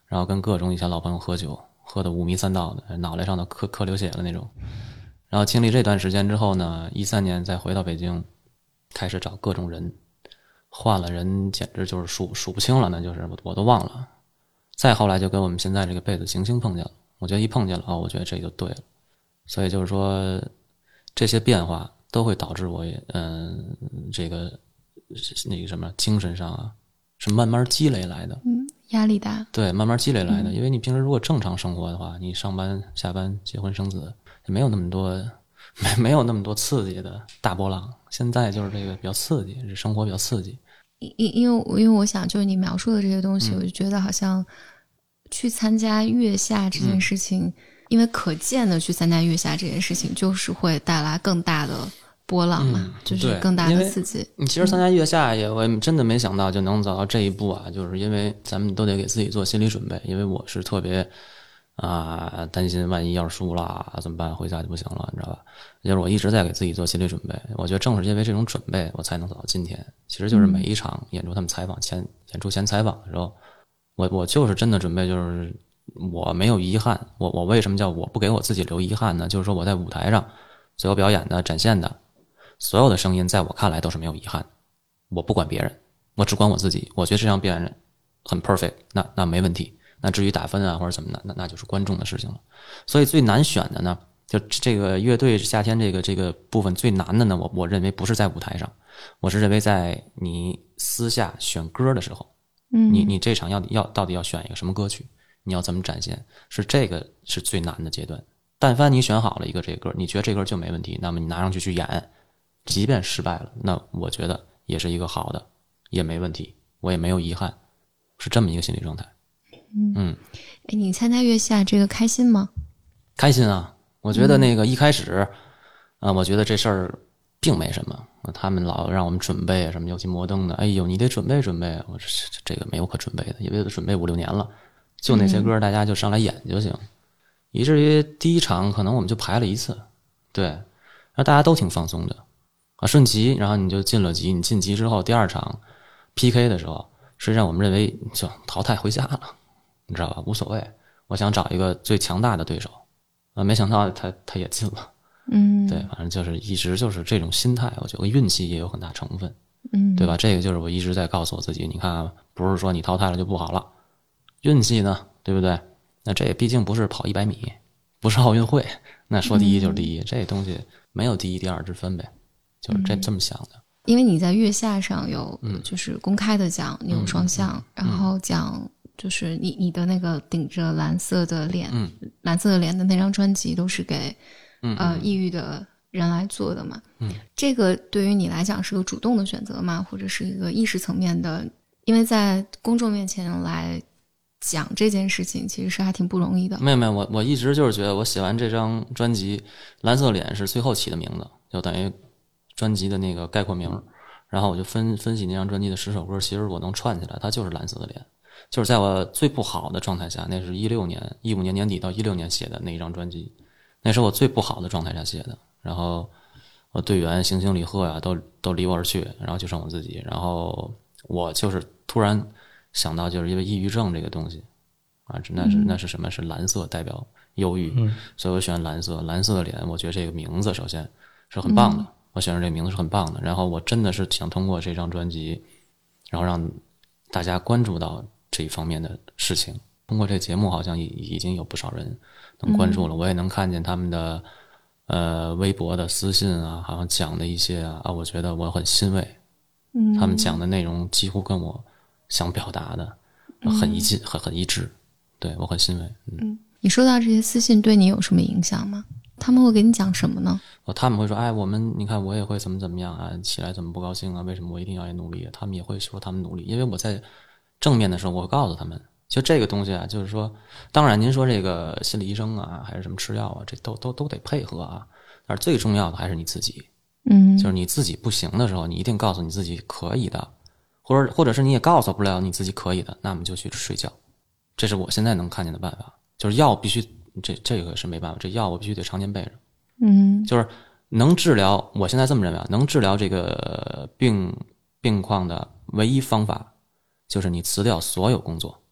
然后跟各种以前老朋友喝酒，喝得五迷三道的，脑袋上都磕磕流血了那种。然后经历这段时间之后呢，一三年再回到北京，开始找各种人，换了人简直就是数数不清了，那就是我我都忘了。再后来就跟我们现在这个贝子行星碰见了，我觉得一碰见了哦，我觉得这就对了。所以就是说这些变化都会导致我也嗯这个那个什么精神上啊是慢慢积累来的。 嗯，压力大。 对，慢慢积累来的。因为你平时如果正常生活的话，你上班下班结婚生子没有那么多没没有那么多刺激的大波浪。现在就是这个比较刺激，是生活比较刺激。 因因为因为我想就是你描述的这些东西、嗯、我就觉得好像去参加月下这件事情、嗯、因为可见的去参加月下这件事情就是会带来更大的波浪嘛、嗯、就是更大的刺激。 你其实参加月下也我真的没想到就能走到这一步啊，就是因为咱们都得给自己做心理准备。因为我是特别啊担心万一要是输了怎么办，回家就不行了，你知道吧？就是我一直在给自己做心理准备。我觉得正是因为这种准备我才能走到今天。其实就是每一场演出他们采访前演出前采访的时候，我我就是真的准备，就是我没有遗憾。我我为什么叫我不给我自己留遗憾呢？就是说我在舞台上最后表演的展现的所有的声音在我看来都是没有遗憾。我不管别人，我只管我自己。我觉得这场表演很 perfect， 那那没问题。那至于打分啊或者怎么的，那那就是观众的事情了。所以最难选的呢，就这个乐队夏天这个这个部分最难的呢，我我认为不是在舞台上，我是认为在你私下选歌的时候， 嗯， 你你这场要要到底要选一个什么歌曲，你要怎么展现，是这个是最难的阶段。但凡你选好了一个这个歌，你觉得这歌就没问题，那么你拿上去去演，即便失败了，那我觉得也是一个好的，也没问题，我也没有遗憾，是这么一个心理状态。嗯， 哎，你参加月下这个开心吗？ 开心啊！我觉得那个一开始，啊、嗯呃，我觉得这事儿并没什么。他们老让我们准备什么尤其摩登的，哎呦，你得准备准备。我说这个没有可准备的，因为准备五六年了，就那些歌大家就上来演就行。嗯、以至于第一场可能我们就排了一次，对，然后大家都挺放松的啊，顺级，然后你就进了级，你进级之后第二场 P K 的时候，实际上我们认为就淘汰回家了。你知道吧？无所谓，我想找一个最强大的对手，啊，没想到他他也进了， 嗯， 对，反正就是一直就是这种心态，我觉得运气也有很大成分， 嗯， 对吧？这个就是我一直在告诉我自己，你看，不是说你淘汰了就不好了，运气呢，对不对？那这也毕竟不是跑一百米，不是奥运会，那说第一就是第一，嗯、这东西没有第一第二之分呗，就是这、嗯、这么想的。 因为你在月下上有就是公开的讲你有双向， 嗯、 然后讲。就是你你的那个顶着蓝色的脸、 嗯、 蓝色的脸的那张专辑都是给嗯呃抑郁的人来做的嘛， 嗯， 这个对于你来讲是个主动的选择吗？或者是一个意识层面的？因为在公众面前来讲这件事情其实是还挺不容易的。 没有没有，我我一直就是觉得我写完这张专辑蓝色脸是最后起的名字，就等于专辑的那个概括名，然后我就分分析那张专辑的十首歌，其实我能串起来它就是蓝色的脸。就是在我最不好的状态下，那是一六年一五年年底到一六年写的那一张专辑，那是我最不好的状态下写的。然后我队员行星李贺呀都都离我而去，然后就剩我自己。然后我就是突然想到，就是因为抑郁症这个东西啊，那是那是什么？是蓝色代表忧郁， 嗯、 所以我选蓝色。蓝色的脸，我觉得这个名字首先是很棒的，嗯、我选上这个名字是很棒的。然后我真的是想通过这张专辑，然后让大家关注到这一方面的事情。通过这个节目好像已已经有不少人能关注了，嗯、我也能看见他们的呃微博的私信啊，好像讲的一些啊，啊我觉得我很欣慰。 嗯， 他们讲的内容几乎跟我想表达的很一致，很很一致，对，我很欣慰。嗯， 嗯你收到这些私信对你有什么影响吗？他们会给你讲什么呢？ 哦，他们会说，哎，我们你看我也会怎么怎么样啊，起来怎么不高兴啊？为什么我一定要也努力？他们也会说他们努力，因为我在正面的时候，我会告诉他们，就这个东西啊，就是说，当然您说这个心理医生啊，还是什么吃药啊，这都都都得配合啊。但是最重要的还是你自己， 嗯， 就是你自己不行的时候，你一定告诉你自己可以的，或者或者是你也告诉不了你自己可以的，那么就去睡觉。这是我现在能看见的办法，就是药必须这这个是没办法，这药我必须得常年备着。 嗯， 就是能治疗，我现在这么认为啊，能治疗这个病病况的唯一方法。就是你辞掉所有工作，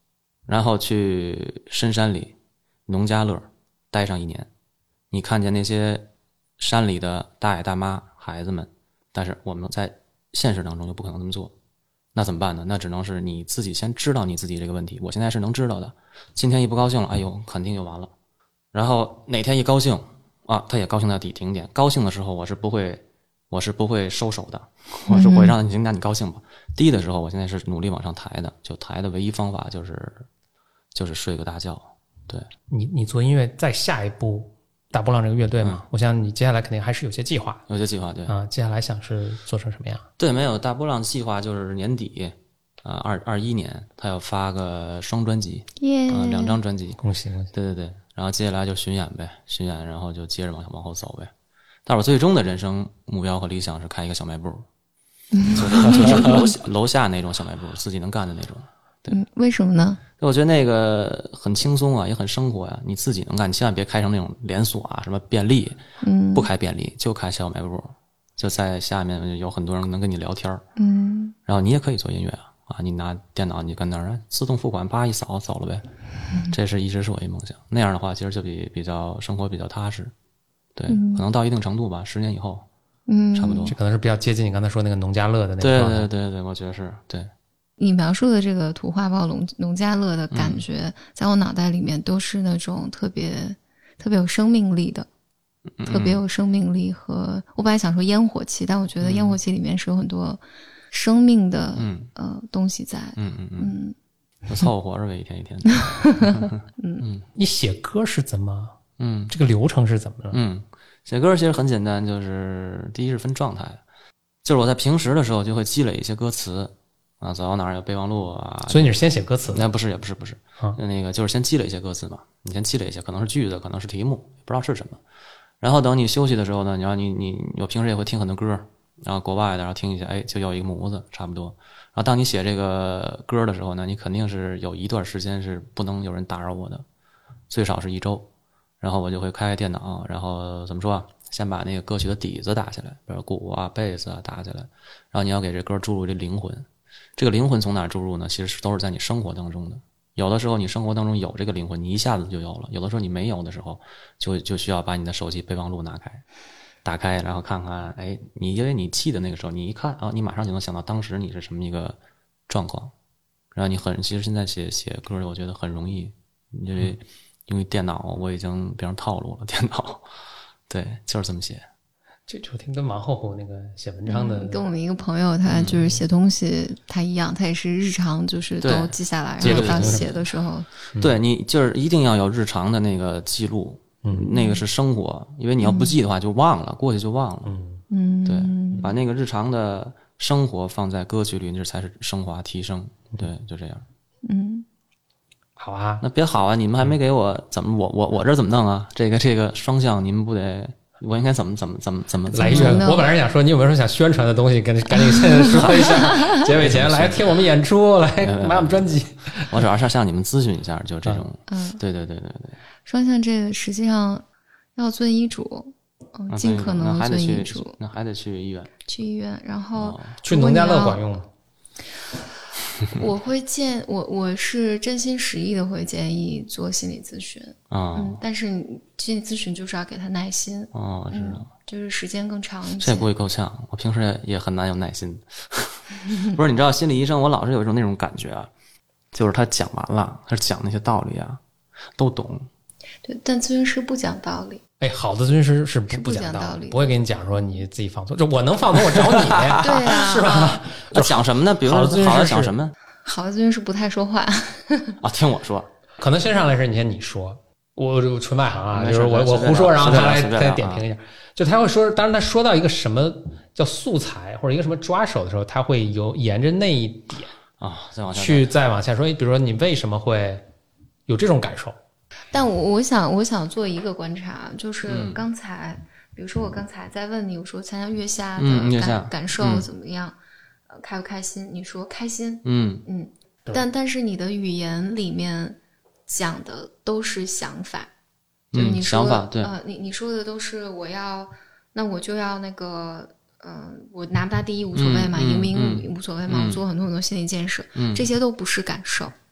然后去深山里农家乐待上一年，你看见那些山里的大爷大妈孩子们，但是我们在现实当中就不可能这么做，那怎么办呢？那只能是你自己先知道你自己这个问题，我现在是能知道的，今天一不高兴了，哎呦肯定就完了，然后哪天一高兴啊，他也高兴到底顶点，高兴的时候我是不会我是不会收手的，我是会让你那你高兴吧，低的时候我现在是努力往上抬的，就抬的唯一方法就是就是睡个大觉。对， 你你做音乐再下一步大波浪这个乐队嘛、嗯、我想你接下来肯定还是有些计划， 有些计划，对啊，接下来想是做成什么样？ 对，没有大波浪计划就是年底啊，二二一年他要发个双专辑， 耶、 yeah. 啊，两张专辑， 恭喜恭喜！ 对对对，然后接下来就巡演呗，巡演，然后就接着往往后走呗。但我最终的人生目标和理想是开一个小卖部，就是就是楼下楼下那种小卖部，自己能干的那种。对， 嗯，为什么呢？ 我觉得那个很轻松啊，也很生活呀、啊。你自己能干，你千万别开成那种连锁啊，什么便利， 嗯， 不开便利，就开小卖部，就在下面有很多人能跟你聊天， 嗯， 然后你也可以做音乐啊，啊，你拿电脑，你跟那儿自动付款，叭一扫走了呗，这是一直是我一梦想。那样的话，其实就比比较生活比较踏实，对，嗯、可能到一定程度吧，十年以后， 嗯， 差不多， 这可能是比较接近你刚才说那个农家乐的那个对状态。 对对对，我觉得是对。 你描述的这个土话报农农家乐的感觉、嗯、在我脑袋里面都是那种特别特别有生命力的、嗯、特别有生命力和我本来想说烟火气，但我觉得烟火气里面是有很多生命的、 嗯、 呃东西在。 嗯嗯嗯，就凑合活着呗，一天一天的。嗯嗯，你写歌是怎么？ 嗯， 这个流程是怎么的？ 嗯，写歌其实很简单，就是第一是分状态，就是我在平时的时候就会积累一些歌词。啊，走到哪儿有备忘录啊， 所以你是先写歌词？ 那不是，也不是，不是， 啊， 那个就是先积累一些歌词嘛。你先积累一些，可能是句子，可能是题目，不知道是什么。然后等你休息的时候呢，你让你你我平时也会听很多歌，然后国外的，然后听一下，哎，就有一个模子，差不多。然后当你写这个歌的时候呢，你肯定是有一段时间是不能有人打扰我的，最少是一周。然后我就会开电脑，然后怎么说啊？先把那个歌曲的底子打下来，比如鼓啊、贝斯啊打下来，然后你要给这歌注入这灵魂。这个灵魂从哪儿注入呢？其实都是在你生活当中的。有的时候你生活当中有这个灵魂，你一下子就有了；有的时候你没有的时候，就就需要把你的手机备忘录拿开，打开，然后看看，哎，你因为你记得那个时候，你一看啊，你马上就能想到当时你是什么一个状况，然后你很其实现在写写歌，我觉得很容易，因为因为电脑我已经变成套路了，电脑对，就是这么写。 这就听跟王后后那个写文章的、 嗯、跟我们一个朋友他就是写东西、嗯、他一样，他也是日常就是都记下来，然后到写的时候对你就是一定要有日常的那个记录， 嗯， 那个是生活，因为你要不记的话就忘了、嗯、过去就忘了， 嗯， 对，把那个日常的生活放在歌曲里，这才是升华提升，对，就这样。 嗯， 好啊， 那别好啊，你们还没给我怎么我我我这怎么弄啊？这个这个双向你们不得我应该怎么怎么怎么怎么来一句？我本来想说，你有没有什么想宣传的东西，跟赶紧现在说一下。结尾前来听我们演出，来买我们专辑。 我主要是向你们咨询一下，就这种。 嗯， 对对对对对。 双向这个实际上要遵医嘱，嗯， 啊、 尽可能遵医嘱。 那还得去医院。 去医院，然后、 哦、 去农家乐管用吗？ 我会建我我是真心实意的会建议做心理咨询啊、哦嗯，但是你心理咨询就是要给他耐心哦，是、 嗯，就是时间更长一些。 这不会够呛，我平时也也很难有耐心。不是，你知道心理医生，我老是有一种那种感觉啊，就是他讲完了，他讲那些道理啊，都懂。 对，但咨询师不讲道理。 哎，好的咨询师是不是不讲道理， 不会给你讲说你自己放松，就我能放松，我找你， 对啊， 是吧？ 那讲什么呢？比如说好的讲什么？ 好的咨询师不太说话啊，听我说。 可能先上来是你先你说，我纯外行啊，就是我我胡说，然后他来再点评一下。就他会说，当然他说到一个什么叫素材或者一个什么抓手的时候，他会有沿着那一点啊，再往下去再往下说。比如说你为什么会有这种感受？ 但我我想我想做一个观察，就是刚才、嗯、比如说我刚才在问你，我说参加月下的感、 嗯、下感受怎么样、嗯、开不开心？你说开心， 嗯嗯，但但是你的语言里面讲的都是想法，就是你说、 嗯、想法对， 呃，你你说的都是我要，那我就要那个，嗯、呃，我拿不拿第一无所谓嘛， 嗯、 赢不赢嗯无所谓嘛， 嗯、 我做很多很多心理建设、 嗯， 这些都不是感受。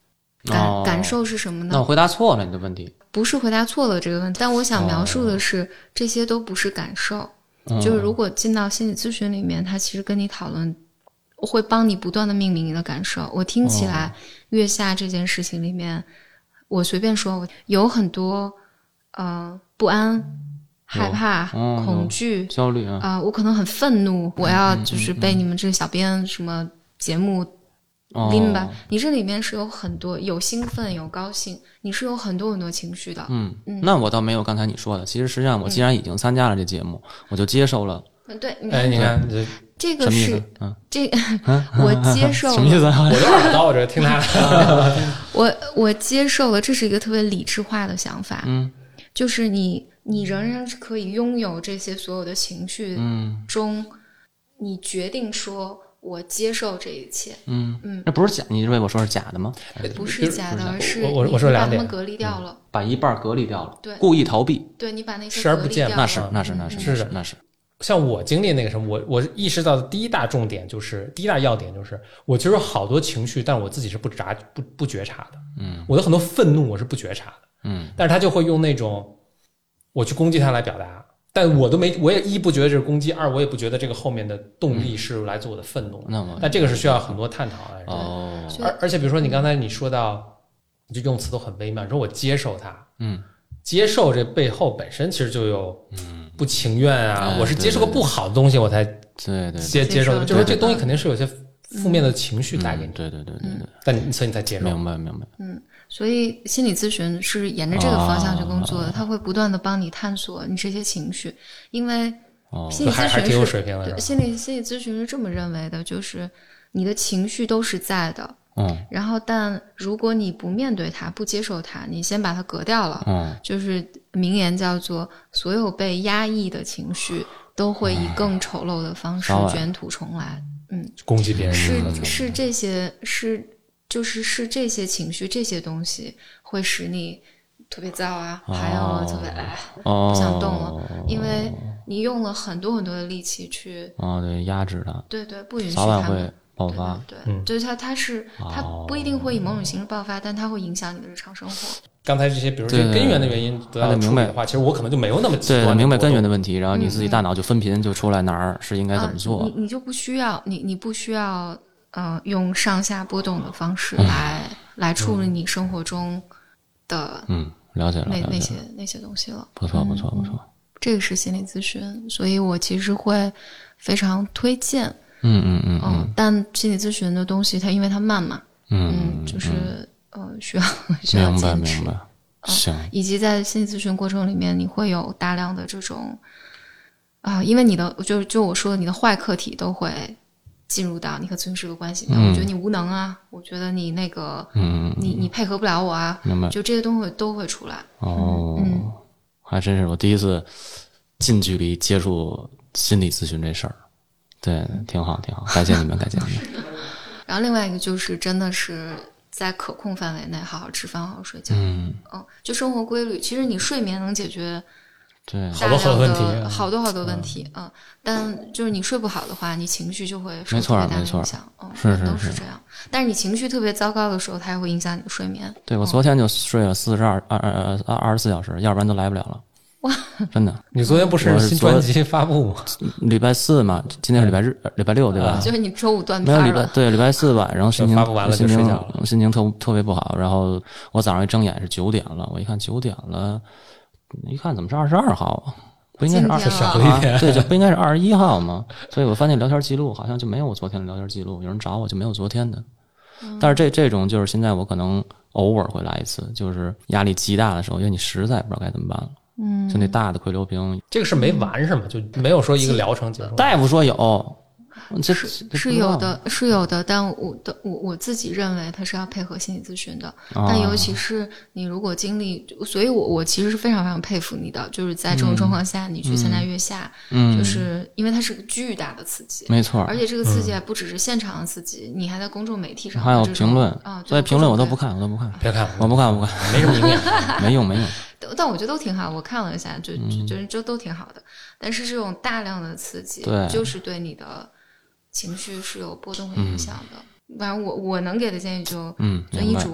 感、 哦、 感受是什么呢？ 那我回答错了你的问题。 不是回答错了这个问题，但我想描述的是、哦、这些都不是感受、嗯、就是如果进到心理咨询里面，他其实跟你讨论会帮你不断的命名你的感受。我听起来、哦、月下这件事情里面，我随便说有很多呃不安、害怕、哦、恐惧、 焦虑啊、 呃，我可能很愤怒，我要就是被你们这个小编什么节目拎吧、哦、你这里面是有很多有兴奋有高兴，你是有很多很多情绪的。 嗯嗯，那我倒没有刚才你说的，其实实际上我既然已经参加了这节目、嗯、我就接受了。 对， 哎，你看这个是嗯， 这我接受了。 什么意思？ 我就耳朵我这听他我我接受了，这是一个特别理智化的想法。 嗯， 就是你你仍然是可以拥有这些所有的情绪中、嗯、你决定说我接受这一切。 嗯嗯，那不是假？你认为我说是假的吗？ 不是假的，而是我我说两点， 你把他们隔离掉了、嗯， 把一半隔离掉了， 对， 故意逃避。 对，你把那些视而不见， 那那是那是那是是的， 那是。 像我经历那个什么，我我意识到的第一大重点就是第一大要点就是，我其实有好多情绪，但我自己是不察不不觉察的。嗯，我的很多愤怒我是不觉察的。嗯，但是他就会用那种我去攻击他来表达。但我都没，我也一不觉得这是攻击，二我也不觉得这个后面的动力是来自我的愤怒。那、嗯、但这个是需要很多探讨的。哦，而而且比如说你刚才你说到，你就用词都很微妙，你说我接受它，嗯，接受这背后本身其实就有嗯不情愿啊，嗯、我是接受个不好的东西我才对对接接受的，就是这东西肯定是有些负面的情绪带给你。 嗯、对对对对对， 但你所以你才接受。 明白明白。 嗯。所以心理咨询是沿着这个方向去工作的，它、哦、会不断的帮你探索你这些情绪，因为心理咨询是、哦、 还挺有水平的。 对，心理心理咨询是这么认为的，就是你的情绪都是在的，嗯，然后但如果你不面对它，不接受它，你先把它隔掉了，嗯，就是名言叫做所有被压抑的情绪都会以更丑陋的方式卷土重来，嗯， 攻击别人是是这些是。就是是这些情绪这些东西会使你特别躁啊，哦、还有特别哎、哦、不想动了，因为你用了很多很多的力气去哦对压制它， 对对，不允许早晚会爆发， 对对、嗯、就是它它是它不一定会以某种形式爆发，但它会影响你的日常生活。 刚才这些比如说这根源的原因得到处理的话，其实我可能就没有那么极端， 对，明白根源的问题，然后你自己大脑就分频就出来哪儿是应该怎么做， 啊、你你就不需要你你不需要呃，用上下波动的方式来、嗯、来处理你生活中的嗯，了解了那那些那些东西了。 不错不错不错、嗯， 这个是心理咨询，所以我其实会非常推荐。 嗯嗯嗯嗯，但心理咨询的东西它因为它慢嘛， 嗯, 嗯就是呃需要需要坚持， 明白明白。行、 呃，以及在心理咨询过程里面，你会有大量的这种啊、呃，因为你的就就我说的，你的坏课题都会进入到你和咨询师的关系，嗯、我觉得你无能啊，我觉得你那个，嗯，你你配合不了我啊， 明白？ 就这些东西都会出来。 哦，嗯，还真是我第一次近距离接触心理咨询这事儿，对，挺好，挺好，感谢你们，感谢你们。 然后另外一个就是真的是在可控范围内好好吃饭，好好睡觉，嗯，嗯，就生活规律。其实你睡眠能解决。 对， 好多好多问题， 好多好多问题，嗯，嗯但就是你睡不好的话，你情绪就会受特别大的影响，嗯， 是是都是这样。但是你情绪特别糟糕的时候，它也会影响你的睡眠。 对，我昨天就睡了四十二二二二二十四小时，要不然都来不了了。哇，真的！ 你昨天不是新专辑发布吗？ 礼拜四嘛，今天是礼拜日、礼拜六，对吧？ 就是你周五断片了。没有礼拜对礼拜四晚上心情发布完了就睡觉了， 心情特特别不好。然后我早上一睁眼是九点了，我一看九点了，一看怎么是二十二号啊？不应该是二十少一天， 对，就不应该是二十一号吗？所以我发现聊天记录好像就没有我昨天的聊天记录，有人找我就没有昨天的。但是这这种就是现在我可能偶尔会来一次，就是压力极大的时候，因为你实在不知道该怎么办了。嗯，就那大的溃瘤瓶， 这个是没完是吗？就没有说一个疗程结束？ 大夫说有。这是是有的，是有的，但我的我我自己认为它是要配合心理咨询的。哦、但尤其是你如果经历，所以我我其实是非常非常佩服你的，就是在这种状况下，嗯、你去参加月下，嗯，就是因为它是个巨大的刺激， 没错， 而且这个刺激还不只是现场的刺激，嗯、你还在公众媒体上还有评论啊， 所以评论我都不看，我都不看， 别看， 我不看，我不看， 没什么营养， 没用，没用。 但我觉得都挺好，我看了一下，就就就就都挺好的。但是这种大量的刺激， 对， 就是对你的情绪是有波动和影响的。反正、嗯、我我能给的建议就， 嗯， 遵医嘱，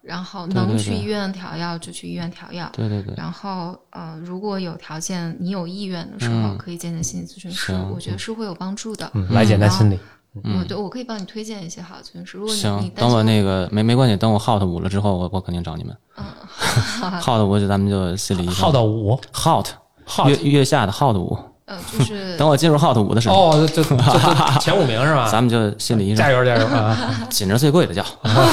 然后能去医院调药就去医院调药。 对对对。 然后呃，如果有条件，你有意愿的时候， 嗯、 可以见见心理咨询师，我觉得是会有帮助的。 嗯，来简单心理。 嗯，我对我可以帮你推荐一些好的咨询师。如果你行， 你等我那个没没关系，等我号到五了之后，我我肯定找你们。 嗯， 号到五就咱们就心理医生。 号到五 ，hot， 月月下的号到五。 呃，就是等我进入 hot 五的时候， 哦，就就就前五名是吧？ 咱们就心理医生， 加油加油啊！ 紧着最贵的叫。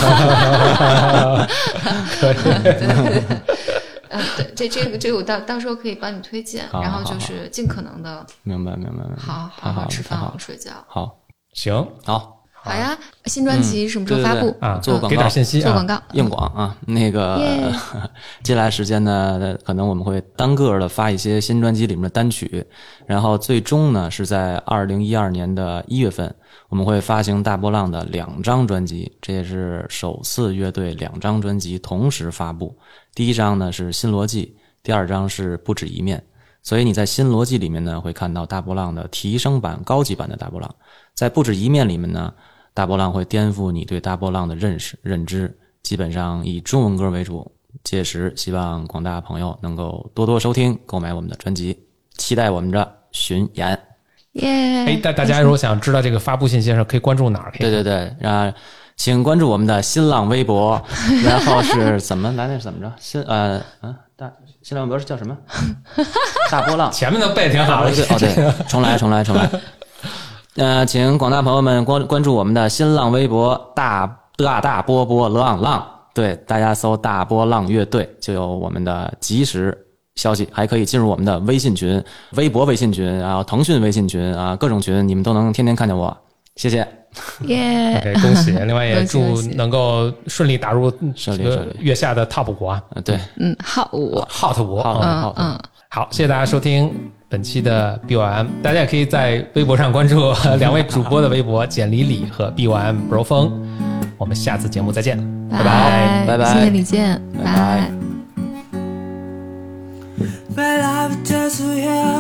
可以。 嗯，对，这这个这个我到到时候可以帮你推荐，然后就是尽可能的， 明白明白明白， 好好好吃饭，好睡觉。 好， 行， 好。 好呀，新专辑什么时候发布、 嗯、 啊？ 做广告， 给点信息啊， 做广告， 硬广啊。那个、 yeah. 接下来时间呢，可能我们会单个的发一些新专辑里面的单曲，然后最终呢是在二零一二年的一月份，我们会发行大波浪的两张专辑，这也是首次乐队两张专辑同时发布。第一张呢是新逻辑，第二张是不止一面。所以你在新逻辑里面呢会看到大波浪的提升版、高级版的大波浪，在不止一面里面呢，大波浪会颠覆你对大波浪的认识认知，基本上以中文歌为主。届时希望广大朋友能够多多收听购买我们的专辑，期待我们的巡演。 耶！ 哎，大大家如果想知道这个发布信息的时候，可以关注哪儿？ 对对对，啊，请关注我们的新浪微博，然后是怎么来那是怎么着？新呃嗯大新浪微博是叫什么？大波浪。 前面都背得挺好的。 哦对，重来重来重来。呃，请广大朋友们关关注我们的新浪微博大大大波波浪浪，对，大家搜大波浪乐队就有我们的及时消息，还可以进入我们的微信群、微博微信群，然后腾讯微信群啊，各种群，你们都能天天看见我，谢谢。 耶 ！OK， 恭喜！另外也祝能够顺利打入这个月下的 Top 五啊。 对， 嗯，好五 ，Hot 五， 嗯嗯。 好，谢谢大家收听本期的 B Y M， 大家也可以在微博上关注两位主播的微博简李李和 B Y M Bro 风。我们下次节目再见，拜拜拜拜， 谢谢李健，拜拜。